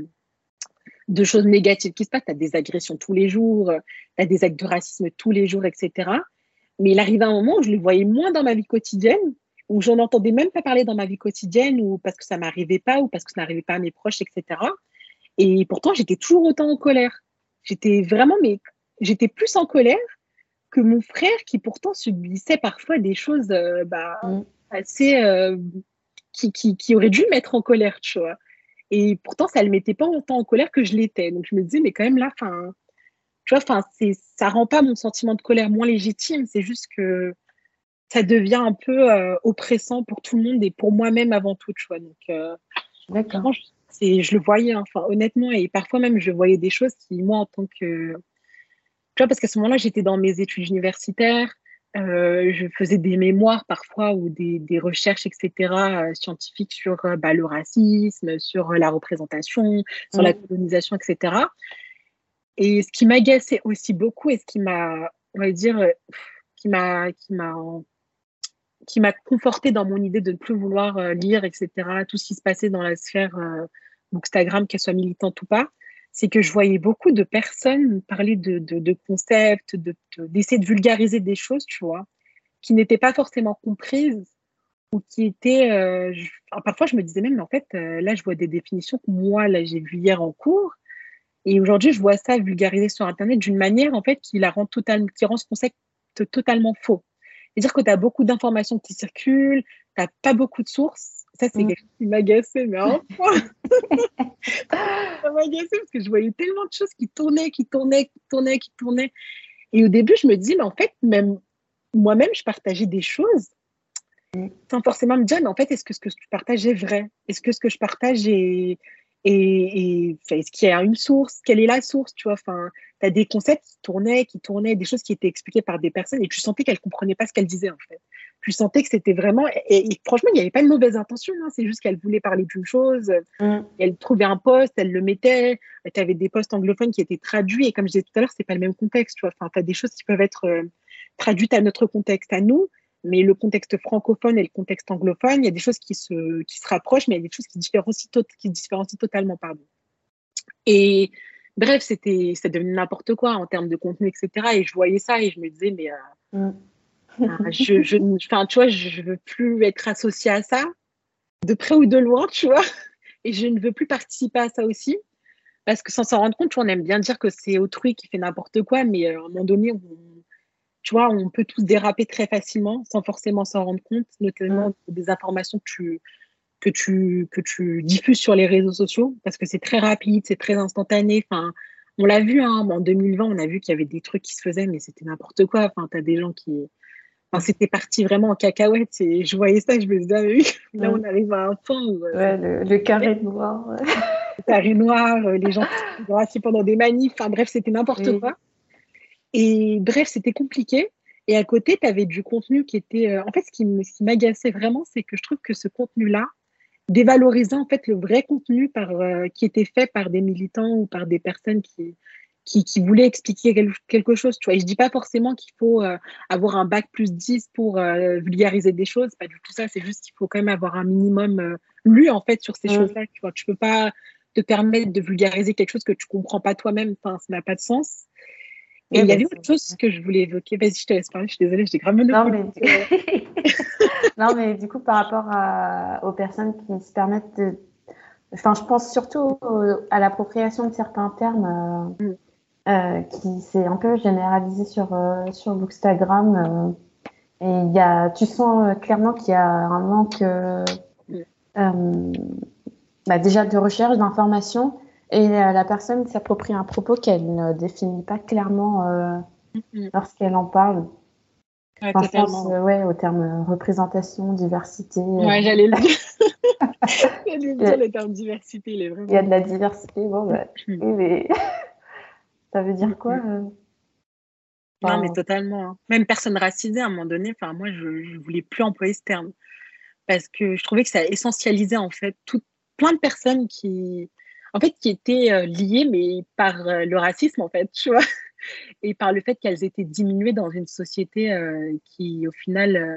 de choses négatives qui se passent. Tu as des agressions tous les jours, tu as des actes de racisme tous les jours, et cetera. Mais il arrivait un moment où je les voyais moins dans ma vie quotidienne, où j'en entendais même pas parler dans ma vie quotidienne, ou parce que ça m'arrivait pas, ou parce que ça n'arrivait pas à mes proches, et cetera. Et pourtant, j'étais toujours autant en colère. J'étais vraiment, mais j'étais plus en colère que mon frère, qui pourtant subissait parfois des choses euh, bah, Mm. assez euh, qui, qui, qui auraient dû me mettre en colère, tu vois. Et pourtant, ça ne le mettait pas autant en colère que je l'étais. Donc je me disais, mais quand même là, enfin, tu vois, enfin, c'est, ça rend pas mon sentiment de colère moins légitime. C'est juste que ça devient un peu euh, oppressant pour tout le monde et pour moi-même avant tout, tu vois. Donc, euh, D'accord. vraiment, je, c'est, je le voyais, hein, enfin, honnêtement, et parfois même, je voyais des choses qui, moi, en tant que... Tu vois, parce qu'à ce moment-là, j'étais dans mes études universitaires, euh, je faisais des mémoires parfois ou des, des recherches, et cetera, euh, scientifiques sur euh, bah, le racisme, sur euh, la représentation, sur la Mm. colonisation, et cetera. Et ce qui m'agaçait aussi beaucoup et ce qui m'a, on va dire, euh, qui m'a, qui m'a qui m'a confortée dans mon idée de ne plus vouloir euh, lire, et cetera, tout ce qui se passait dans la sphère euh, Bookstagram, qu'elle soit militante ou pas, c'est que je voyais beaucoup de personnes parler de, de, de concepts, de, de, d'essayer de vulgariser des choses, tu vois, qui n'étaient pas forcément comprises ou qui étaient... Euh, je, enfin, parfois, je me disais même, mais en fait, euh, là, je vois des définitions que moi, là, j'ai vues hier en cours, et aujourd'hui, je vois ça vulgarisé sur Internet d'une manière, en fait, qui la rend totalement, qui rend ce concept totalement faux. C'est-à-dire que tu as beaucoup d'informations qui circulent, tu n'as pas beaucoup de sources. Ça, c'est quelque Mm. chose qui m'agaçait, mais un point, ça m'agaçait parce que je voyais tellement de choses qui tournaient, qui tournaient, qui tournaient, qui tournaient. Et au début, je me dis, mais en fait, même moi-même, je partageais des choses sans forcément me dire, mais en fait, est-ce que ce que je partage est vrai? Est-ce que ce que je partage est, est, est- enfin, est-ce qu'il y a une source? Quelle est la source? Tu vois, enfin, tu as des concepts qui tournaient, qui tournaient, des choses qui étaient expliquées par des personnes et tu sentais qu'elles ne comprenaient pas ce qu'elles disaient, en fait. Tu sentais que c'était vraiment, et, et franchement, il n'y avait pas de mauvaise intention, hein, c'est juste qu'elles voulaient parler d'une chose, Mm. elles trouvaient un poste, elles le mettaient, tu avais des postes anglophones qui étaient traduits et comme je disais tout à l'heure, c'est pas le même contexte, tu vois, enfin, tu as des choses qui peuvent être euh, traduites à notre contexte, à nous, mais le contexte francophone et le contexte anglophone, il y a des choses qui se, qui se rapprochent, mais il y a des choses qui différencient, to- qui différencient totalement, pardon. Et bref, c'était, ça devenait n'importe quoi en termes de contenu, et cetera. Et je voyais ça et je me disais, mais euh, Mm. je, je, enfin, tu vois, je veux plus être associée à ça, de près ou de loin, tu vois. Et je ne veux plus participer à ça aussi. Parce que sans s'en rendre compte, tu vois, on aime bien dire que c'est autrui qui fait n'importe quoi, mais euh, à un moment donné, on, tu vois, on peut tous déraper très facilement sans forcément s'en rendre compte, Mm. notamment des informations que tu, que tu, que tu diffuses sur les réseaux sociaux, parce que c'est très rapide, c'est très instantané. Enfin, on l'a vu, hein, en deux mille vingt, on a vu qu'il y avait des trucs qui se faisaient, mais c'était n'importe quoi. Enfin, tu as des gens qui... Enfin, c'était parti vraiment en cacahuète. Et je voyais ça, je me disais, ah, oui, là, on Mm. arrive à un point où euh, ça Ouais, le, le carré noir. carré noir, euh, les gens qui se faisaient assis pendant des manifs. Enfin, bref, c'était n'importe Oui. quoi. Et bref, c'était compliqué. Et à côté, tu avais du contenu qui était... euh, En fait, ce qui me- ce qui m'agaçait vraiment, c'est que je trouve que ce contenu-là dévalorisait en fait le vrai contenu par, euh, qui était fait par des militants ou par des personnes qui, qui, qui voulaient expliquer quel- quelque chose. Tu vois. Et je dis pas forcément qu'il faut euh, avoir un bac plus dix pour euh, vulgariser des choses, pas du tout ça, c'est juste qu'il faut quand même avoir un minimum euh, lu en fait sur ces Mm. choses-là. Tu vois. Tu peux pas te permettre de vulgariser quelque chose que tu comprends pas toi-même, enfin, ça n'a pas de sens. Et Ouais, il y bah, avait c'est- autre chose que je voulais évoquer. Vas-y, je te laisse parler, je suis désolée, j'ai grave non, monopolisé. mais du... non, mais du coup, par rapport à... aux personnes qui se permettent de... Enfin, je pense surtout au- à l'appropriation de certains termes. euh, euh, qui s'est un peu généralisé sur, euh, sur Bookstagram. Euh, et il y a, tu sens euh, clairement qu'il y a un manque euh, euh, bah, déjà de recherche, d'information, et euh, la personne s'approprie un propos qu'elle ne définit pas clairement euh, Mm. lorsqu'elle en parle. Ouais, Enfin, je pense totalement. euh, ouais, au terme euh, représentation, diversité. Euh, Ouais, j'allais le dire. J'allais le il dire, le terme diversité, il est y a vraiment de la bien. diversité, bon, bah, Mm. oui, mais ça veut Mm, dire quoi mm. euh Non, mais enfin, totalement, hein. Même personne racisée, à un moment donné, enfin, moi, je ne voulais plus employer ce terme parce que je trouvais que ça essentialisait, en fait, tout, plein de personnes qui, en fait, qui étaient euh, liées, mais par euh, le racisme, en fait, tu vois, et par le fait qu'elles étaient diminuées dans une société euh, qui, au final, euh,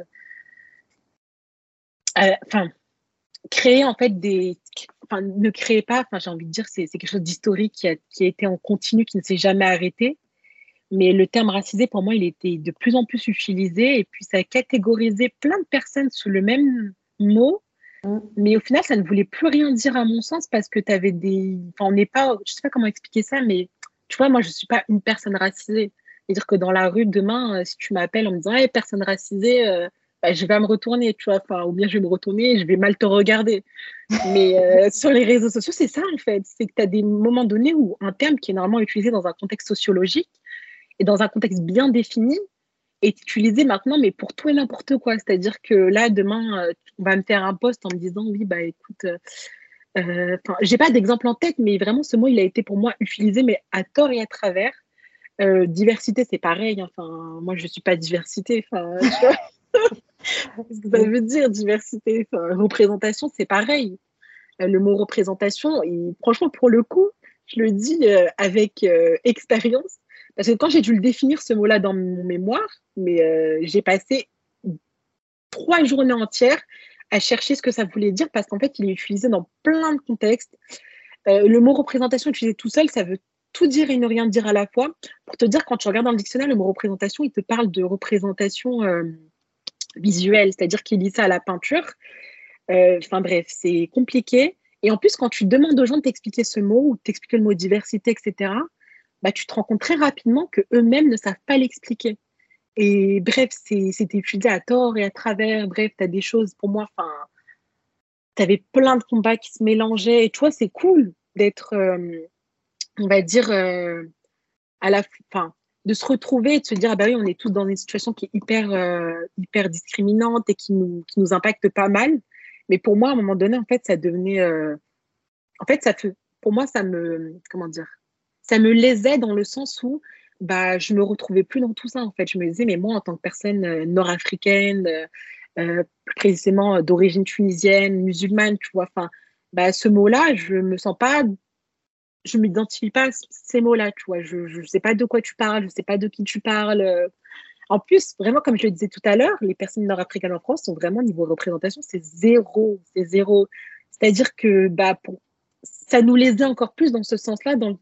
a- enfin, créait, en fait, des... Enfin, ne créait pas, enfin, j'ai envie de dire, c'est c'est quelque chose d'historique qui a, qui a été en continu, qui ne s'est jamais arrêté. Mais le terme racisé, pour moi, il était de plus en plus utilisé et puis ça a catégorisé plein de personnes sous le même mot. mm, Mais au final, ça ne voulait plus rien dire à mon sens parce que tu avais des. Enfin, on n'est pas. Je sais pas comment expliquer ça, mais tu vois, moi, je ne suis pas une personne racisée. C'est-à-dire que dans la rue, demain, euh, si tu m'appelles en me disant hey, personne racisée, euh, bah, je vais me retourner, tu vois. Enfin, ou bien je vais me retourner et je vais mal te regarder. Mais euh, sur les réseaux sociaux, c'est ça, en fait. C'est que tu as des moments donnés où un terme qui est normalement utilisé dans un contexte sociologique et dans un contexte bien défini est utilisé maintenant, mais pour tout et n'importe quoi. C'est-à-dire que là, demain, euh, on va me faire un post en me disant, oui, bah écoute, euh, euh, j'ai pas d'exemple en tête, mais vraiment, ce mot, il a été pour moi utilisé, mais à tort et à travers. Euh, diversité, c'est pareil. Enfin, moi, je suis pas diversité. Enfin, tu vois, ce que ça mm. veut dire, diversité. Enfin, représentation, c'est pareil. Euh, le mot représentation, et franchement, pour le coup, je le dis euh, avec euh, expérience, parce que quand j'ai dû le définir, ce mot-là, dans mon mémoire, mais euh, j'ai passé trois journées entières à chercher ce que ça voulait dire, parce qu'en fait, il est utilisé dans plein de contextes. Euh, le mot représentation utilisé tout seul, ça veut tout dire et ne rien dire à la fois. Pour te dire, quand tu regardes dans le dictionnaire, le mot représentation, il te parle de représentation euh, visuelle, c'est-à-dire qu'il lit ça à la peinture. Euh, Enfin bref, c'est compliqué. Et en plus, quand tu demandes aux gens de t'expliquer ce mot ou de t'expliquer le mot diversité, et cetera, bah, tu te rends compte très rapidement qu'eux-mêmes ne savent pas l'expliquer. Et bref, c'est, c'était utilisé à tort et à travers. Bref, tu as des choses, pour moi, enfin, tu avais plein de combats qui se mélangeaient. Et tu vois, c'est cool d'être, euh, on va dire, euh, à la fin, de se retrouver et de se dire, ah bah oui, on est tous dans une situation qui est hyper, euh, hyper discriminante et qui nous, qui nous impacte pas mal. Mais pour moi, à un moment donné, en fait, ça devenait, euh, en fait, ça fait, pour moi, ça me, comment dire, ça me lésait dans le sens où, bah, je me retrouvais plus dans tout ça, en fait. Je me disais, mais moi, en tant que personne euh, nord-africaine, euh, euh, plus précisément euh, d'origine tunisienne, musulmane, tu vois, enfin, bah, ce mot-là, je me sens pas, je m'identifie pas à c- ces mots-là, tu vois. Je, je sais pas de quoi tu parles, je sais pas de qui tu parles. euh. En plus, vraiment, comme je le disais tout à l'heure, les personnes nord-africaines en France sont vraiment, niveau représentation, c'est zéro, c'est zéro. C'est-à-dire que bah, pour... ça nous lésait encore plus dans ce sens-là, dans...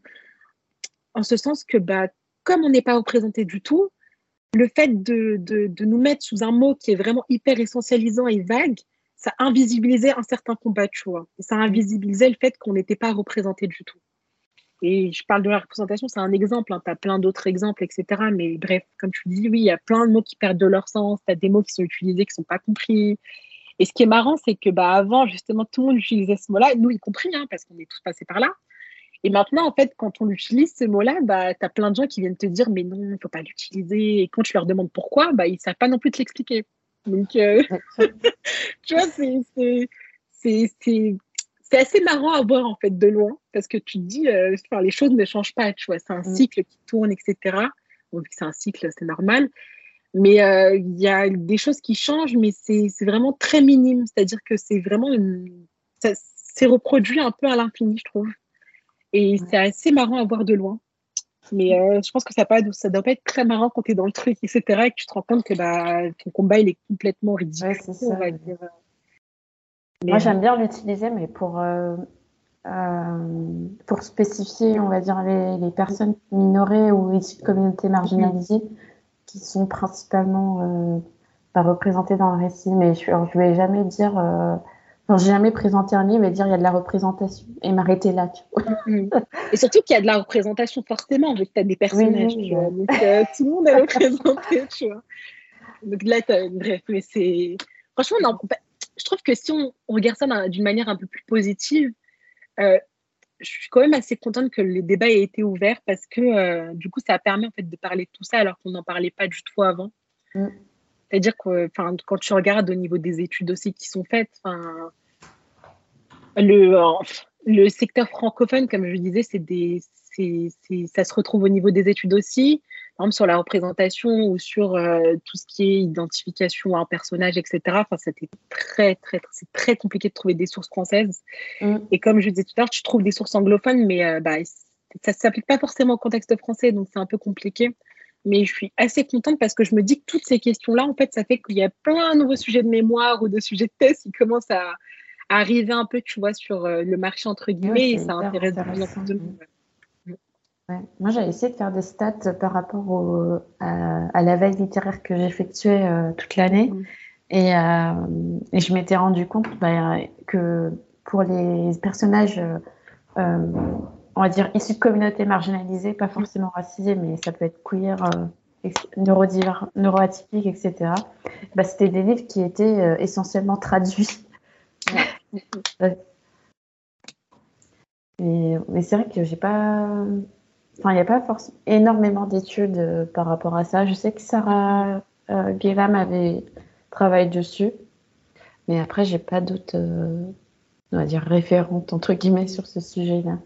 en ce sens que bah, comme on n'est pas représenté du tout, le fait de, de, de nous mettre sous un mot qui est vraiment hyper essentialisant et vague, ça invisibilisait un certain combat, tu vois. Et ça invisibilisait le fait qu'on n'était pas représenté du tout. Et je parle de la représentation, c'est un exemple, hein, tu as plein d'autres exemples, et cetera. Mais bref, comme tu dis, oui, il y a plein de mots qui perdent de leur sens, tu as des mots qui sont utilisés qui ne sont pas compris. Et ce qui est marrant, c'est que bah, avant, justement, tout le monde utilisait ce mot-là, nous y compris, hein, parce qu'on est tous passés par là. Et maintenant, en fait, quand on utilise ce mot-là, bah, tu as plein de gens qui viennent te dire, mais non, il ne faut pas l'utiliser. Et quand tu leur demandes pourquoi, bah, ils ne savent pas non plus te l'expliquer. Donc, euh, tu vois, c'est, c'est, c'est, c'est, c'est assez marrant à voir en fait de loin parce que tu te dis, euh, enfin, les choses ne changent pas, tu vois, c'est un Mm. cycle qui tourne, et cetera. Bon, vu que c'est un cycle, c'est normal. Mais euh, il y a des choses qui changent, mais c'est, c'est vraiment très minime. C'est-à-dire que c'est vraiment une... ça s'est reproduit un peu à l'infini, je trouve. Et c'est assez marrant à voir de loin. Mais euh, je pense que ça ne doit, ça doit pas être très marrant quand tu es dans le truc, et cetera. Et que tu te rends compte que bah, ton combat, il est complètement Ouais, ridicule, c'est on ça. va dire. Moi, Mais j'aime bon. bien l'utiliser, mais pour, euh, euh, pour spécifier, on va dire, les, les personnes minorées ou issues de communautés Mm. marginalisées qui sont principalement euh, pas représentées dans le récit. Mais je ne vais jamais dire euh, Enfin, j'ai jamais présenté un livre et dire il y a de la représentation et m'arrêter là, tu vois. Mm. Et surtout qu'il y a de la représentation forcément, vu que tu as des Oui, personnages, oui, tu vois. ouais. Donc, euh, tout le monde est représenté, tu vois. Donc là, t'as- bref, mais c'est... Franchement, non, je trouve que si on, on regarde ça d'une manière un peu plus positive, euh, je suis quand même assez contente que les débats aient été ouverts parce que euh, du coup, ça a permis en fait de parler de tout ça alors qu'on n'en parlait pas du tout avant. Mm. C'est-à-dire que quand tu regardes au niveau des études aussi qui sont faites, le, euh, le secteur francophone, comme je disais, c'est des, c'est, c'est, ça se retrouve au niveau des études aussi, par exemple sur la représentation ou sur euh, tout ce qui est identification à un personnage, et cetera. Enfin, c'était très, très, très, c'est très compliqué de trouver des sources françaises. Mm. Et comme je disais tout à l'heure, tu trouves des sources anglophones, mais euh, bah, ça ne s'applique pas forcément au contexte français, donc c'est un peu compliqué. Mais je suis assez contente parce que je me dis que toutes ces questions-là, en fait, ça fait qu'il y a plein de nouveaux sujets de mémoire ou de sujets de thèse qui commencent à, à arriver un peu, tu vois, sur euh, le marché, entre Ouais, guillemets, et c'est ça hyper intéresse de plus en plus intéressant. de Mm. monde. Ouais. Ouais. Moi, j'avais essayé de faire des stats par rapport au, à, à la veille littéraire que j'effectuais euh, toute l'année. Mhm. Et, euh, et je m'étais rendu compte bah, que pour les personnages, euh, on va dire, issus de communautés marginalisées, pas forcément racisées, mais ça peut être queer, euh, neurodiver- neuroatypiques, et cetera, bah, c'était des livres qui étaient euh, essentiellement traduits. Ouais. Ouais. Et, mais c'est vrai que j'ai pas... Enfin, il n'y a pas forcément énormément d'études euh, par rapport à ça. Je sais que Sarah euh, Guélam avait travaillé dessus, mais après, j'ai pas d'autres, euh, on va dire, référentes, entre guillemets, sur ce sujet-là.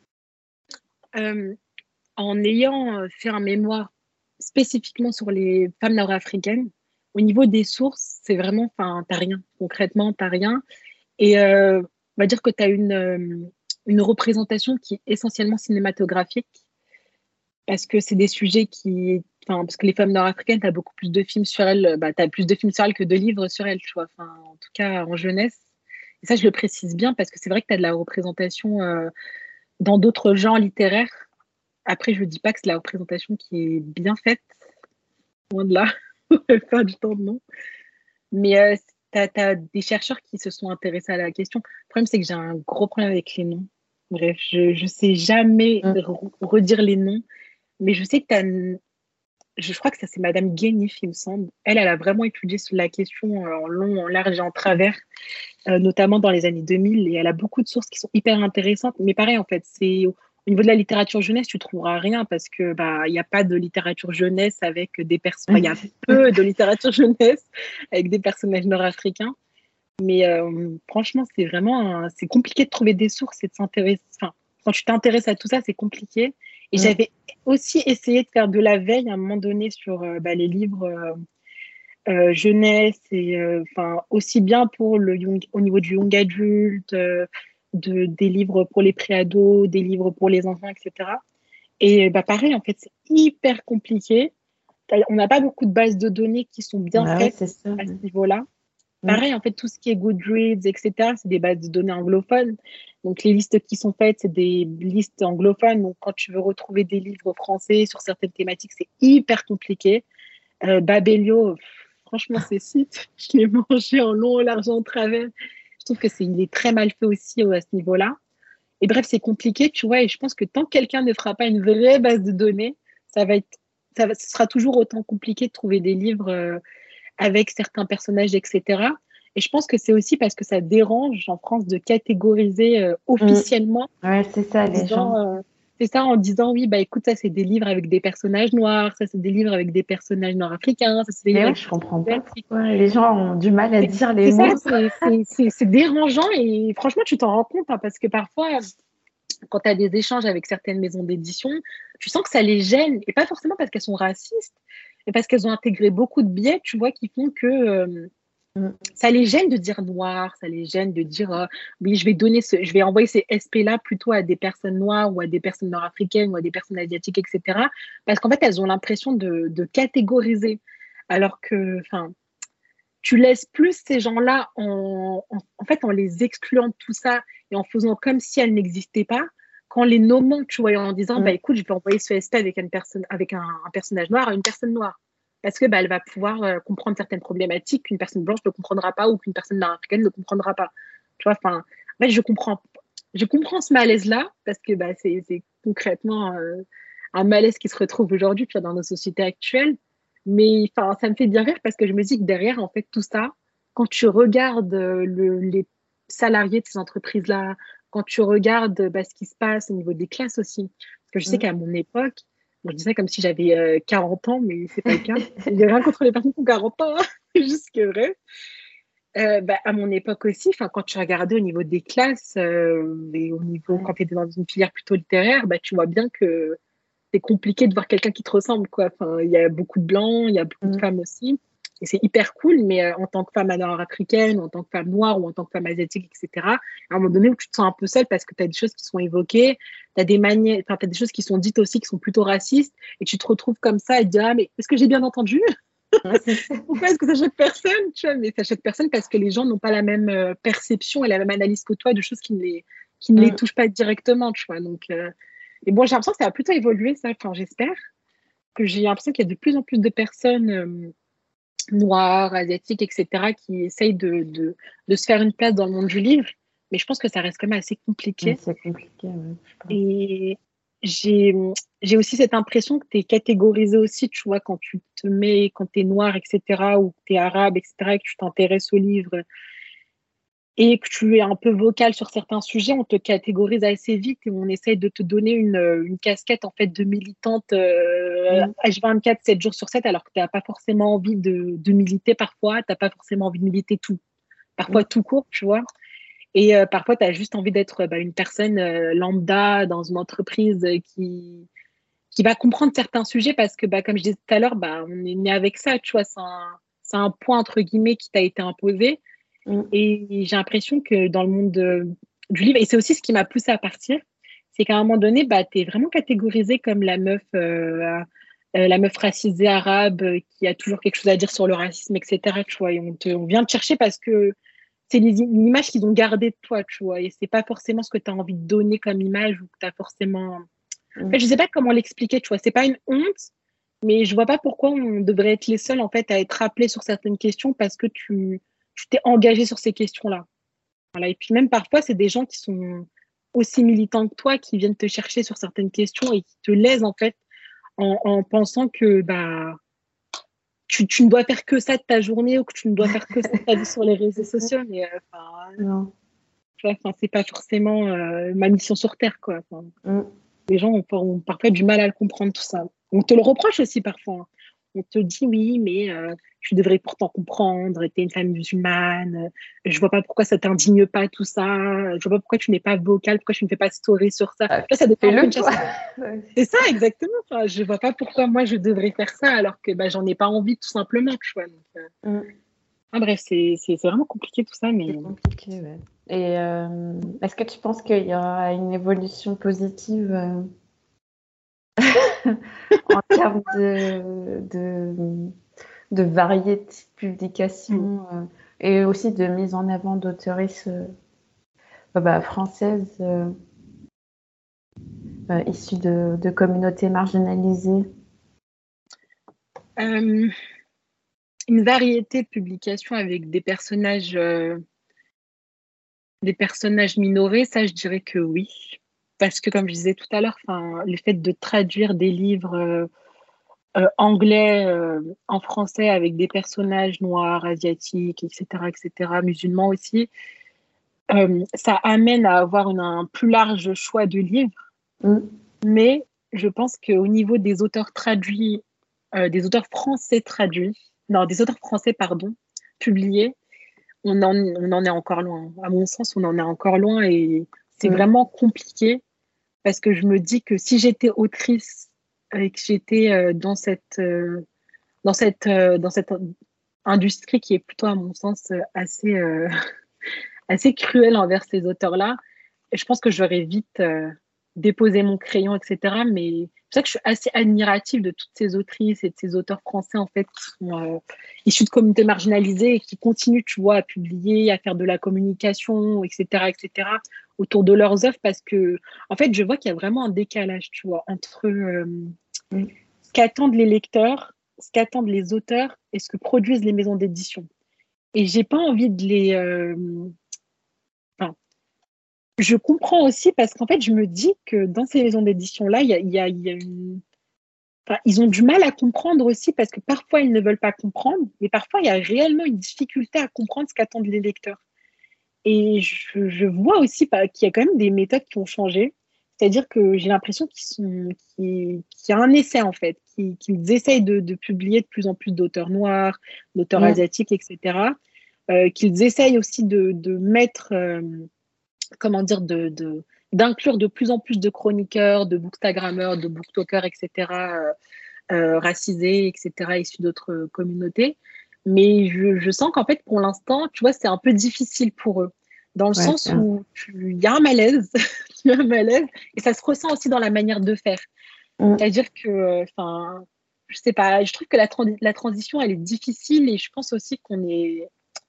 Euh, en ayant euh, fait un mémoire spécifiquement sur les femmes nord-africaines, au niveau des sources, c'est vraiment, enfin, t'as rien. Concrètement, t'as rien. Et euh, on va dire que tu as une, euh, une représentation qui est essentiellement cinématographique parce que c'est des sujets qui. Enfin, parce que les femmes nord-africaines, tu as beaucoup plus de films sur elles, bah, tu as plus de films sur elles que de livres sur elles, tu vois. Enfin, en tout cas, en jeunesse. Et ça, je le précise bien parce que c'est vrai que tu as de la représentation euh, dans d'autres genres littéraires. Après, je ne dis pas que c'est la représentation qui est bien faite, loin de là, pas du temps, non. Mais euh, tu as des chercheurs qui se sont intéressés à la question. Le problème, c'est que j'ai un gros problème avec les noms. Bref, je ne sais jamais Mm. re- redire les noms, mais je sais que tu as. Je crois que ça, c'est Madame Guénif, il me semble. Elle, elle a vraiment étudié sur la question euh, en long, en large et en travers, euh, notamment dans les années deux mille, et elle a beaucoup de sources qui sont hyper intéressantes. Mais pareil, en fait, c'est au au niveau de la littérature jeunesse, tu trouveras rien parce que bah il n'y a pas de littérature jeunesse avec des personnes. Enfin, il y a peu de littérature jeunesse avec des personnages nord-africains. Mais euh, franchement, c'est vraiment un- c'est compliqué de trouver des sources et de s'intéresser. Enfin, quand tu t'intéresses à tout ça, c'est compliqué. Et Mm. j'avais aussi essayé de faire de la veille à un moment donné sur euh, bah, les livres euh, euh, jeunesse et euh, enfin aussi bien pour le young, au niveau du young adulte, euh, de, des livres pour les préados, des livres pour les enfants, et cetera. Et bah pareil, en fait, c'est hyper compliqué. On n'a pas beaucoup de bases de données qui sont bien Bah ouais, faites c'est ça. à ce Ouais. niveau-là. Mm. Pareil, en fait, tout ce qui est Goodreads, et cetera, c'est des bases de données anglophones. Donc, les listes qui sont faites, c'est des listes anglophones. Donc, quand tu veux retrouver des livres français sur certaines thématiques, c'est hyper compliqué. Euh, Babelio, pff, franchement, ces sites, je l'ai mangé en long, en large, en travers. Je trouve que c'est, il est très mal fait aussi euh, à ce niveau-là. Et bref, c'est compliqué, tu vois. Et je pense que tant que quelqu'un ne fera pas une vraie base de données, ça va être, ça va, ce sera toujours autant compliqué de trouver des livres euh, avec certains personnages, et cetera. Et je pense que c'est aussi parce que ça dérange en France de catégoriser euh, Mm. officiellement Ouais, c'est ça, en les disant, gens. euh, c'est ça, en disant oui, bah écoute, ça c'est des livres avec des personnages noirs, ça c'est des livres avec des personnages nord-africains, ça c'est des Mais livres ouais, avec je des comprends personnages pas asiatiques. pourquoi les gens ont du mal à C'est dire les c'est ça, mots. c'est c'est- c'est- c'est dérangeant et franchement, tu t'en rends compte hein, parce que parfois, quand tu as des échanges avec certaines maisons d'édition, tu sens que ça les gêne et pas forcément parce qu'elles sont racistes, mais parce qu'elles ont intégré beaucoup de biais, tu vois, qui font que euh, Mm. ça les gêne de dire noir, ça les gêne de dire euh, oui, je vais donner ce, je vais envoyer ces S P-là plutôt à des personnes noires ou à des personnes nord-africaines ou à des personnes asiatiques, et cetera. Parce qu'en fait, elles ont l'impression de, de catégoriser. Alors que, enfin, tu laisses plus ces gens-là en, en, en fait, en les excluant de tout ça et en faisant comme si elles n'existaient pas, qu'en les nommant, tu vois, et en disant, bah Mm. écoute, je vais envoyer ce S P avec, une personne, avec un, un personnage noir à une personne noire. Parce que bah, elle va pouvoir euh, comprendre certaines problématiques qu'une personne blanche ne comprendra pas ou qu'une personne nord-africaine ne comprendra pas. Tu vois, enfin, en fait, je comprends, je comprends ce malaise-là parce que bah, c'est, c'est concrètement euh, un malaise qui se retrouve aujourd'hui, tu vois, dans nos sociétés actuelles. Mais enfin, ça me fait bien rire parce que je me dis que derrière, en fait, tout ça, quand tu regardes euh, le, les salariés de ces entreprises-là, quand tu regardes bah, ce qui se passe au niveau des classes aussi, parce que je sais Mm. qu'à mon époque, bon, je dis ça comme si j'avais euh, quarante ans, mais c'est pas le cas. Il n'y a rien contre les personnes qui ont quarante ans, hein. C'est juste que vrai. Euh, bah, à mon époque aussi, enfin, quand tu regardais au niveau des classes euh, et au niveau, Ouais. quand tu étais dans une filière plutôt littéraire, bah, tu vois bien que c'est compliqué de voir quelqu'un qui te ressemble, quoi. Enfin, il y a beaucoup de blancs, il y a beaucoup de Mm. femmes aussi. Et c'est hyper cool, mais euh, en tant que femme nord-africaine, en tant que femme noire ou en tant que femme asiatique, et cetera, à un moment donné où tu te sens un peu seule parce que tu as des choses qui sont évoquées, tu as des manières, enfin, tu as des choses qui sont dites aussi qui sont plutôt racistes, et tu te retrouves comme ça et te dis, ah, mais est-ce que j'ai bien entendu? Ouais, c'est ça. Pourquoi est-ce que ça choque personne? Tu vois, mais ça choque personne parce que les gens n'ont pas la même euh, perception et la même analyse que toi de choses qui ne les, qui ne les Mm. touchent pas directement, tu vois. Donc, euh, et bon, j'ai l'impression que ça a plutôt évolué, ça, enfin, j'espère que j'ai l'impression qu'il y a de plus en plus de personnes euh, noires, asiatiques, et cetera, qui essayent de, de, de se faire une place dans le monde du livre. Mais je pense que ça reste quand même assez Ouais, compliqué. c'est compliqué, ouais, je pense. Et j'ai, j'ai aussi cette impression que tu es catégorisé aussi, tu vois, quand tu te mets, quand tu es noir, et cetera, ou que tu es arabe, et cetera, et que tu t'intéresses aux livres et que tu es un peu vocal sur certains sujets, on te catégorise assez vite et on essaye de te donner une, une casquette en fait de militante euh, Mm. H vingt-quatre, sept jours sur sept, alors que tu n'as pas forcément envie de, de militer parfois, tu n'as pas forcément envie de militer tout, Mm. parfois tout court, tu vois. Et euh, parfois, tu as juste envie d'être bah, une personne euh, lambda dans une entreprise euh, qui, qui va comprendre certains sujets parce que, bah, comme je disais tout à l'heure, bah, on est né avec ça, tu vois, c'est un, c'est un point, entre guillemets, qui t'a été imposé. Mm. Et j'ai l'impression que dans le monde de- du livre, et c'est aussi ce qui m'a poussée à partir, c'est qu'à un moment donné, bah, tu es vraiment catégorisée comme la meuf, euh, euh, la meuf racisée arabe euh, qui a toujours quelque chose à dire sur le racisme, et cetera. Tu vois, et on, te, on vient te chercher parce que c'est les- une image qu'ils ont gardée de toi, tu vois, et c'est pas forcément ce que tu as envie de donner comme image ou que tu as forcément. En fait, Mm. je sais pas comment l'expliquer, tu vois, c'est pas une honte, mais je vois pas pourquoi on devrait être les seuls, en fait, à être rappelés sur certaines questions parce que tu tu t'es engagé sur ces questions-là. Voilà. Et puis même parfois, c'est des gens qui sont aussi militants que toi, qui viennent te chercher sur certaines questions et qui te lèsent en fait en, en pensant que bah, tu, tu ne dois faire que ça de ta journée ou que tu ne dois faire que ça de ta vie sur les réseaux C'est ça. sociaux. Mais euh, enfin, Non. tu vois, enfin, c'est pas forcément euh, ma mission sur Terre, quoi. Enfin, Mm. les gens ont, ont parfois du mal à le comprendre, tout ça. On te le reproche aussi parfois, hein. On te dit oui, mais euh, tu devrais pourtant comprendre, tu es une femme musulmane, euh, je vois pas pourquoi ça t'indigne pas tout ça, je vois pas pourquoi tu n'es pas vocale, pourquoi tu ne fais pas de story sur ça. Ah, Là, ça devient un peu fais-le une chasse. toi. Ouais, C'est c'est ça, ça. exactement. Enfin, je vois pas pourquoi moi je devrais faire ça alors que bah, j'en ai pas envie tout simplement, tu vois. Donc, euh, Mm. ah, bref, c'est c'est- c'est vraiment compliqué tout ça, mais C'est compliqué, ouais. Et euh, est-ce que tu penses qu'il y aura une évolution positive euh, en termes de, de, de variété de mm. publications euh, et aussi de mise en avant d'auteuristes euh, bah, françaises euh, euh, issues de, de communautés marginalisées? Euh, une variété de publications avec des personnages euh, des personnages minorés, ça, je dirais que oui. Parce que, comme je disais tout à l'heure, enfin, le fait de traduire des livres euh, euh, anglais euh, en français avec des personnages noirs, asiatiques, et cetera, et cetera, musulmans aussi, euh, ça amène à avoir une- un plus large choix de livres. Mm. Mais je pense qu'au niveau des auteurs traduits, euh, des auteurs français traduits, non, des auteurs français, pardon, publiés, on en, on en est encore loin. À mon sens, on en est encore loin et c'est Mm. vraiment compliqué parce que je me dis que si j'étais autrice et que j'étais euh, dans cette, euh, dans cette, euh, dans cette industrie qui est plutôt, à mon sens, euh, assez, euh, assez cruelle envers ces auteurs-là, je pense que j'aurais vite euh, déposé mon crayon, et cetera. Mais c'est pour ça que je suis assez admirative de toutes ces autrices et de ces auteurs français, en fait, qui sont euh, issus de communautés marginalisées et qui continuent, tu vois, à publier, à faire de la communication, et cetera, et cetera, autour de leurs œuvres parce que, en fait, je vois qu'il y a vraiment un décalage, tu vois, entre euh, Mm. ce qu'attendent les lecteurs, ce qu'attendent les auteurs et ce que produisent les maisons d'édition. Et j'ai pas envie de les, euh, je comprends aussi parce qu'en fait, je me dis que dans ces maisons d'édition-là, il y a, il y a, il y a une... enfin, ils ont du mal à comprendre aussi parce que parfois, ils ne veulent pas comprendre, mais parfois, il y a réellement une difficulté à comprendre ce qu'attendent les lecteurs. Et je, je vois aussi bah, qu'il y a quand même des méthodes qui ont changé. C'est-à-dire que j'ai l'impression qu'ils sont, qu'il, qu'il y a un essai, en fait, qu'ils, qu'ils essayent de, de publier de plus en plus d'auteurs noirs, d'auteurs Mm. asiatiques, et cetera. Euh, qu'ils essayent aussi de, de mettre, euh, comment dire, de, de, d'inclure de plus en plus de chroniqueurs, de bookstagrammeurs, de booktalkers, et cetera, euh, euh, racisés, et cetera, issus d'autres communautés. Mais je, je sens qu'en fait, pour l'instant, tu vois, c'est un peu difficile pour eux. Dans le Ouais, sens c'est un- où il y a un malaise, il y a un malaise, et ça se ressent aussi dans la manière de faire. Mm. C'est-à-dire que, enfin, je sais pas, je trouve que la, tran- la transition, elle est difficile et je pense aussi qu'on est,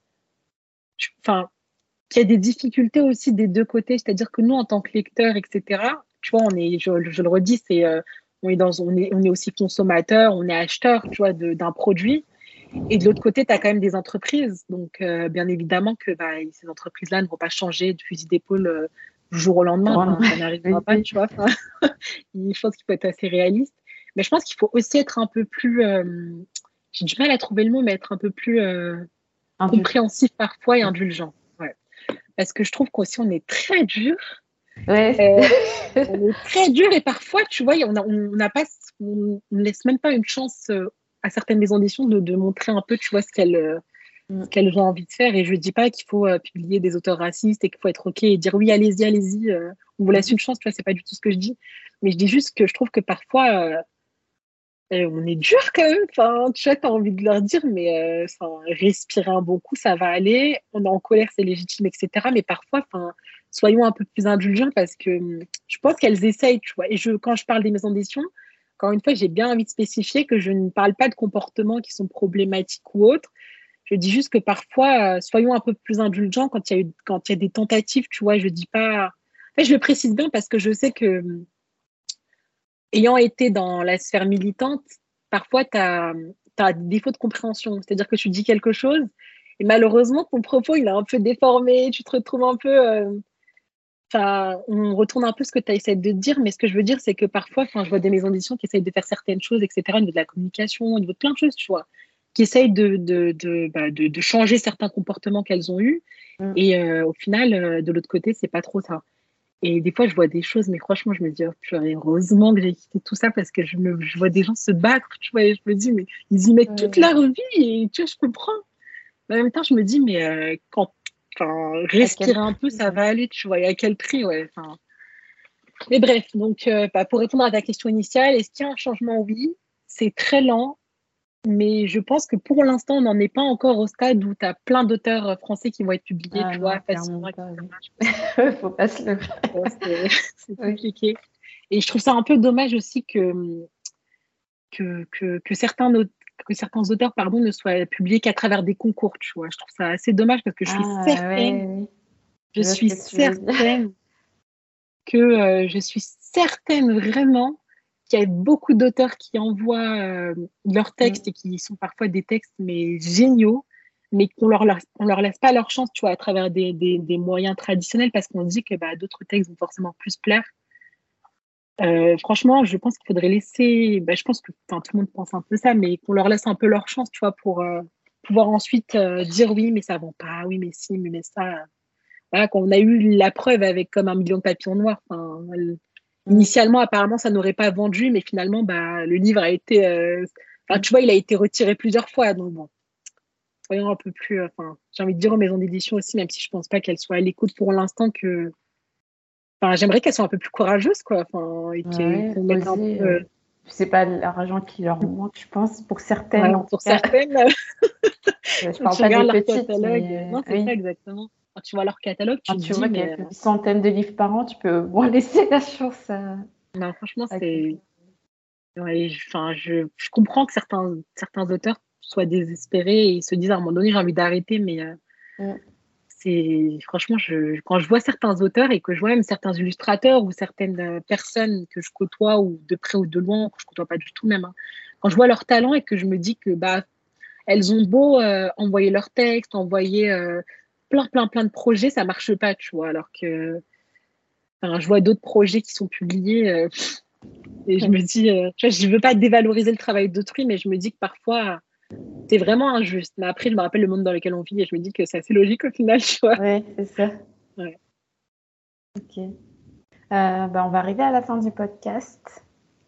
enfin, qu'il y a des difficultés aussi des deux côtés. C'est-à-dire que nous, en tant que lecteurs, et cetera, tu vois, on est, je, je le redis, c'est, euh, on est dans, on est, on est aussi consommateur, on est acheteur, tu vois, de- d'un produit. Et de l'autre côté, tu as quand même des entreprises. Donc, euh, bien évidemment que bah, ces entreprises-là ne vont pas changer de fusil d'épaule euh, du jour au lendemain. Bon, Enfin, ça n'arrivera oui, pas, oui. tu vois. Enfin, je pense qu'il faut être assez réaliste. Mais je pense qu'il faut aussi être un peu plus... euh, j'ai du mal à trouver le mot, mais être un peu plus euh, Indulgent. compréhensif parfois et indulgent. Ouais. Parce que je trouve qu'aussi, on est très dur. Ouais. Euh, on est très dur et parfois, tu vois, on n'a on n'a pas, on ne laisse même pas une chance euh, à certaines maisons d'édition de, de montrer un peu, tu vois, ce qu'elles euh, ce Mm. qu'elles ont envie de faire. Et je ne dis pas qu'il faut euh, publier des auteurs racistes et qu'il faut être OK et dire oui, allez-y, allez-y, euh, on vous laisse une chance, tu vois, c'est pas du tout ce que je dis. Mais je dis juste que je trouve que parfois, euh, euh, on est dur quand même. Enfin, tu vois, tu as envie de leur dire, mais euh, enfin, respirer un bon coup, ça va aller. On est en colère, c'est légitime, et cetera. Mais parfois, enfin, soyons un peu plus indulgents parce que hum, je pense qu'elles essayent, tu vois. Et je, quand je parle des maisons d'édition, encore une fois, j'ai bien envie de spécifier que je ne parle pas de comportements qui sont problématiques ou autres. Je dis juste que parfois, euh, soyons un peu plus indulgents quand il y a eu, quand il y a des tentatives, tu vois. Je dis pas. En fait, je le précise bien parce que je sais que, hum, ayant été dans la sphère militante, parfois tu as des défauts de compréhension. C'est-à-dire que tu dis quelque chose et malheureusement, ton propos, il est un peu déformé. Tu te retrouves un peu. Euh, Enfin, on retourne un peu ce que tu as essayé de dire, mais ce que je veux dire, c'est que parfois, enfin, je vois des maisons d'édition qui essayent de faire certaines choses, et cetera, au niveau de la communication, au niveau de plein de choses, tu vois, qui essayent de, de, de, bah, de, de changer certains comportements qu'elles ont eus. Mm. Et euh, au final, euh, de l'autre côté, c'est pas trop ça. Et des fois, je vois des choses, mais franchement, je me dis, oh, purée, heureusement que j'ai quitté tout ça parce que je, me, je vois des gens se battre, tu vois, et je me dis, mais ils y mettent toute Ouais. leur vie et tu vois, je comprends. Mais en même temps, je me dis, mais euh, quand, enfin, À quel respirer un peu, prix? ça Ouais. va aller, tu vois, et à quel prix, ouais. Enfin, mais bref, donc, euh, bah, pour répondre à ta question initiale, est-ce qu'il y a un changement? Oui, c'est très lent, mais je pense que pour l'instant, on n'en est pas encore au stade où tu as plein d'auteurs euh, français qui vont être publiés, Ah tu vois, non, clairement facilement, pas. et cetera. Oui. Je pense que Faut pas se le. bon, c'est c'est Oui. compliqué. Et je trouve ça un peu dommage aussi que, que, que, que certains, aut- que certains auteurs pardon, ne soient publiés qu'à travers des concours, tu vois. Je trouve ça assez dommage parce que je suis Ah certaine, ouais, oui. je Je vois ce suis que tu veux dire. certaine que euh, je suis certaine vraiment qu'il y a beaucoup d'auteurs qui envoient euh, leurs textes Mm. et qui sont parfois des textes mais géniaux, mais qu'on leur laisse, on leur laisse pas leur chance, tu vois, à travers des, des, des moyens traditionnels parce qu'on se dit que bah, d'autres textes vont forcément plus plaire. Euh, franchement, je pense qu'il faudrait laisser, bah, je pense que enfin, tout le monde pense un peu ça, mais qu'on leur laisse un peu leur chance, tu vois, pour euh, pouvoir ensuite euh, dire oui, mais ça vend pas, oui, mais si, mais, mais ça. Voilà, quand on a eu la preuve avec comme un million de papillons noirs, enfin, le- Mm. initialement, apparemment, ça n'aurait pas vendu, mais finalement, bah, le livre a été, euh, enfin, tu vois, il a été retiré plusieurs fois, donc bon, soyons un peu plus, euh, enfin, j'ai envie de dire aux maisons d'édition aussi, même si je pense pas qu'elles soient à l'écoute pour l'instant, que, enfin, j'aimerais qu'elles soient un peu plus courageuses, quoi, enfin, et qu'elles- Ouais, qu'on mette un oser. peu, Euh, euh, c'est pas l'argent qui leur manque, je pense, pour ouais, certaines en tout pour cas. certaines, Je quand parle tu pas des regardes leur petites, catalogue, euh, mais non, euh, c'est ça oui. exactement. Quand tu vois leur catalogue, Quand tu te tu dis, vois mais euh, quelques centaines de livres par an, tu peux moins laisser la chance à, non, franchement, à c'est, quelqu'un. ouais, je, enfin, je, je comprends que certains, certains auteurs soient désespérés et se disent à un moment donné, j'ai envie d'arrêter, mais euh, Mm. c'est franchement, je, quand je vois certains auteurs et que je vois même certains illustrateurs ou certaines euh, personnes que je côtoie ou de près ou de loin, que je côtoie pas du tout même, hein, quand je vois leur talent et que je me dis que bah elles ont beau euh, envoyer leurs textes, envoyer euh, plein plein plein de projets, ça marche pas, tu vois, alors que enfin, je vois d'autres projets qui sont publiés euh, et je me dis, euh, tu vois, je veux pas dévaloriser le travail d'autrui, mais je me dis que parfois, c'est vraiment injuste. Mais après, je me rappelle le monde dans lequel on vit et je me dis que c'est assez logique au final, tu vois. Oui, c'est ça. Ouais. Ok. Euh, bah, on va arriver à la fin du podcast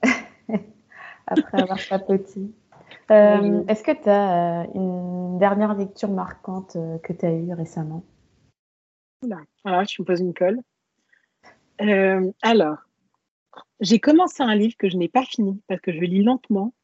après avoir papoté. Euh, Ouais, est-ce que tu as euh, une dernière lecture marquante euh, que tu as eue récemment? Oula. Alors, tu me poses une colle. Euh, alors, j'ai commencé un livre que je n'ai pas fini parce que je lis lentement.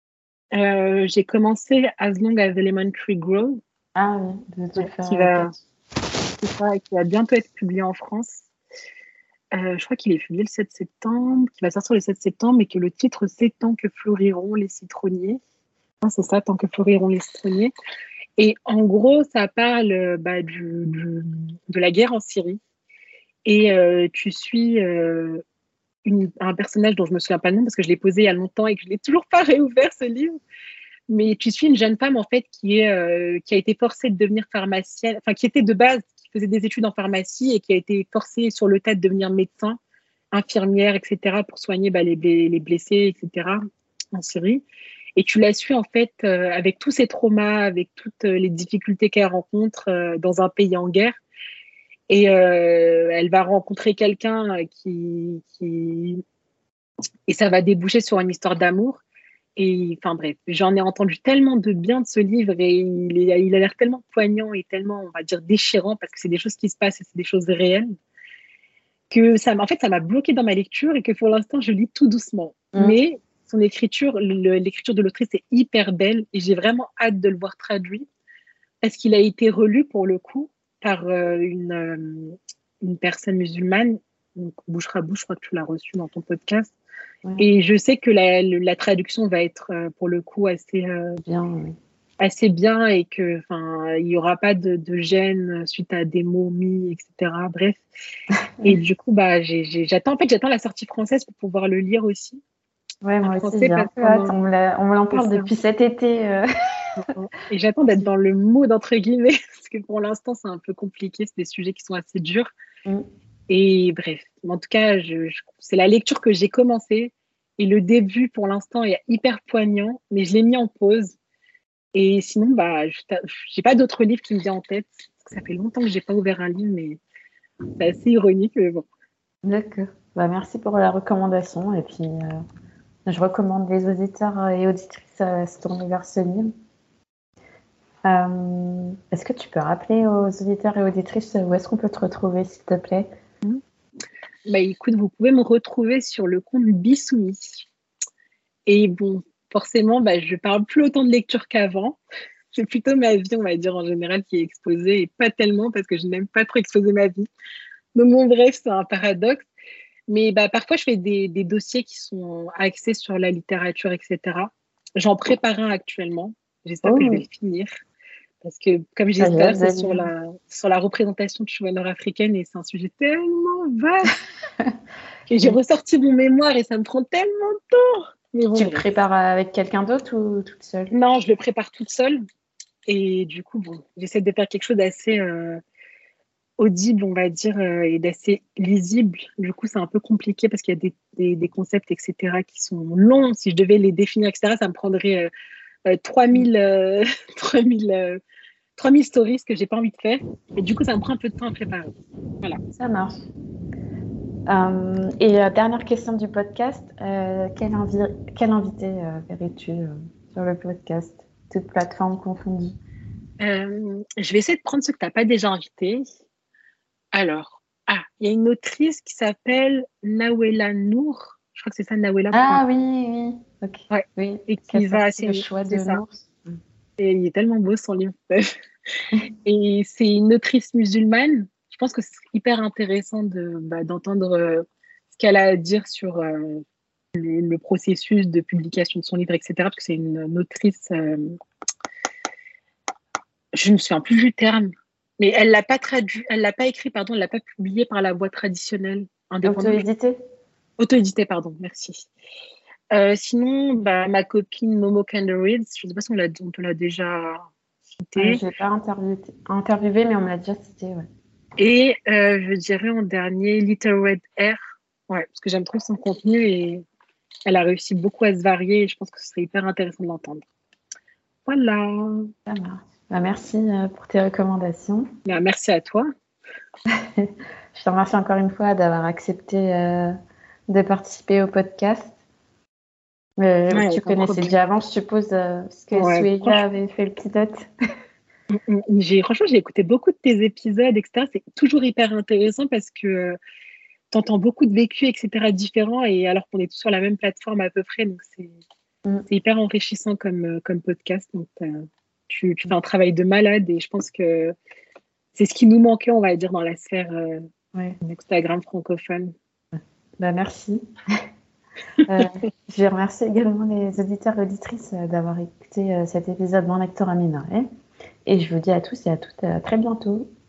Euh, j'ai commencé As Long as the Lemon Tree Grows, Ah oui, de te le ouais, faire qui répéter. va, c'est ça, qui va bientôt être publié en France. Euh, je crois qu'il est publié le sept septembre, qui va sortir le sept septembre, et que le titre c'est Tant que fleuriront les citronniers. Ah, c'est ça, Tant que fleuriront les citronniers. Et en gros, ça parle euh, bah, du, du- de la guerre en Syrie. Et euh, tu suis euh, une- un personnage dont je me souviens pas le nom parce que je l'ai posé il y a longtemps et que je l'ai toujours pas réouvert ce livre. Mais tu suis une jeune femme en fait qui est euh, qui a été forcée de devenir pharmacienne, enfin qui était de base, qui faisait des études en pharmacie et qui a été forcée sur le tas de devenir médecin, infirmière, et cetera pour soigner bah, les, les blessés, et cetera en Syrie. Et tu la suis en fait euh, avec tous ses traumas, avec toutes euh, les difficultés qu'elle rencontre euh, dans un pays en guerre. Et euh, elle va rencontrer quelqu'un qui, qui... Et ça va déboucher sur une histoire d'amour. Et enfin bref, j'en ai entendu tellement de bien de ce livre et il, est, il a l'air tellement poignant et tellement, on va dire, déchirant parce que c'est des choses qui se passent et c'est des choses réelles que ça, en fait, ça m'a bloqué dans ma lecture et que pour l'instant, je lis tout doucement. Mm. Mais son écriture, le, l'écriture de l'autrice est hyper belle et j'ai vraiment hâte de le voir traduit parce qu'il a été relu pour le coup par euh, une, euh, une personne musulmane, donc Bouche à Bouche, je crois que tu l'as reçu dans ton podcast. Ouais, Et je sais que la, la traduction va être euh, pour le coup assez, euh, bien. Oui. assez bien et que, enfin, il y aura pas de, de gêne suite à des mots mis, et cetera. Bref. Et du coup, bah, j'ai, j'ai, j'attends, en fait, j'attends la sortie française pour pouvoir le lire aussi Ouais, en moi aussi, français j'ai un parce peu qu'on hâte. en, On me l'a- on me l'en c'est parle ça. depuis cet été. euh. Et j'attends d'être dans le mood entre guillemets parce que pour l'instant, c'est un peu compliqué. C'est des sujets qui sont assez durs. Mm. Et bref, en tout cas, je, je- c'est la lecture que j'ai commencée et le début pour l'instant est hyper poignant, mais je l'ai mis en pause. Et sinon, bah, je t'a- j'ai pas d'autres livres qui me viennent en tête. Ça fait longtemps que j'ai pas ouvert un livre, mais c'est assez ironique. Mais bon. D'accord. Bah, merci pour la recommandation. Et puis, euh, je recommande les auditeurs et auditrices à se tourner vers ce livre. Euh, est-ce que tu peux rappeler aux auditeurs et auditrices où est-ce qu'on peut te retrouver, s'il te plaît? Bah, écoute, vous pouvez me retrouver sur le compte Bissoumi. Et bon, forcément, bah, je parle plus autant de lecture qu'avant. C'est plutôt ma vie, on va dire, en général, qui est exposée et pas tellement parce que je n'aime pas trop exposer ma vie. Donc, bon, bref, c'est un paradoxe. Mais bah, parfois, je fais des, des dossiers qui sont axés sur la littérature, et cetera. J'en prépare un actuellement. J'espère que je vais Oh, le finir. Parce que, comme j'ai ah, dit tout j'ai à l'heure, hâte de c'est sur lire. la, sur la représentation de chouette nord-africaine et c'est un sujet tellement vaste que j'ai Oui. ressorti mon mémoire et ça me prend tellement de temps. Mais bon, Tu le bref. prépares avec quelqu'un d'autre ou toute seule? Non, je le prépare toute seule. Et du coup, bon, j'essaie de faire quelque chose d'assez euh, audible, on va dire, euh, et d'assez lisible. Du coup, c'est un peu compliqué parce qu'il y a des, des, des concepts, et cetera, qui sont longs. Si je devais les définir, et cetera, ça me prendrait euh, euh, trois mille, euh, trois mille, euh, trois mille stories que j'ai pas envie de faire. Et du coup, ça me prend un peu de temps à préparer. Voilà. Ça marche. Euh, et euh, dernière question du podcast, euh, quel, invi- quel invité euh, verrais-tu euh, sur le podcast, toute plateforme confondue? Euh, je vais essayer de prendre ceux que tu n'as pas déjà invités. Alors, ah, il y a une autrice qui s'appelle Nawela Nour. Je crois que c'est ça, nawela point com. Ah oui, oui, ok, Ouais. oui, Et qui a qui va, sorti le c'est choix c'est de ça. Nours. Et il est tellement beau son livre. Et c'est une autrice musulmane. Je pense que c'est hyper intéressant de, bah, d'entendre euh, ce qu'elle a à dire sur euh, le, le processus de publication de son livre, et cetera. Parce que c'est une, une autrice, euh, je ne me souviens plus du terme, mais elle l'a pas traduit, elle l'a pas écrit, pardon, elle l'a pas publié par la voie traditionnelle, indépendante. Auto-édité? Auto-édité, pardon, merci. Euh, sinon, bah, ma copine Momo Candlereads, je ne sais pas si on, l'a, on te l'a déjà Euh, cité. je ne l'ai pas interviewé, interviewé, mais on me l'a déjà cité. Ouais. Et euh, je dirais en dernier Little Red Air, ouais, parce que j'aime trop son contenu et elle a réussi beaucoup à se varier et je pense que ce serait hyper intéressant de l'entendre. Voilà. Ça marche. Bah, merci euh, pour tes recommandations. Bah, merci à toi. Je te remercie encore une fois d'avoir accepté euh, de participer au podcast. Euh, Ouais, tu aucun connaissais problème. déjà avant, je suppose, euh, parce que Ouais, Soueya franchement, avait fait le pilote. j'ai, franchement, j'ai écouté beaucoup de tes épisodes, et cetera. C'est toujours hyper intéressant parce que tu entends beaucoup de vécus, et cetera différents, et alors qu'on est tous sur la même plateforme à peu près, donc c'est Mm. c'est hyper enrichissant comme, euh, comme podcast. Donc, euh, tu, tu fais un travail de malade et je pense que c'est ce qui nous manquait, on va dire, dans la sphère euh, Ouais. Instagram francophone. Bah, merci. Euh, je remercie également les auditeurs et auditrices euh, d'avoir écouté euh, cet épisode Mon lecteur à minoré. Et je vous dis à tous et à toutes à très bientôt.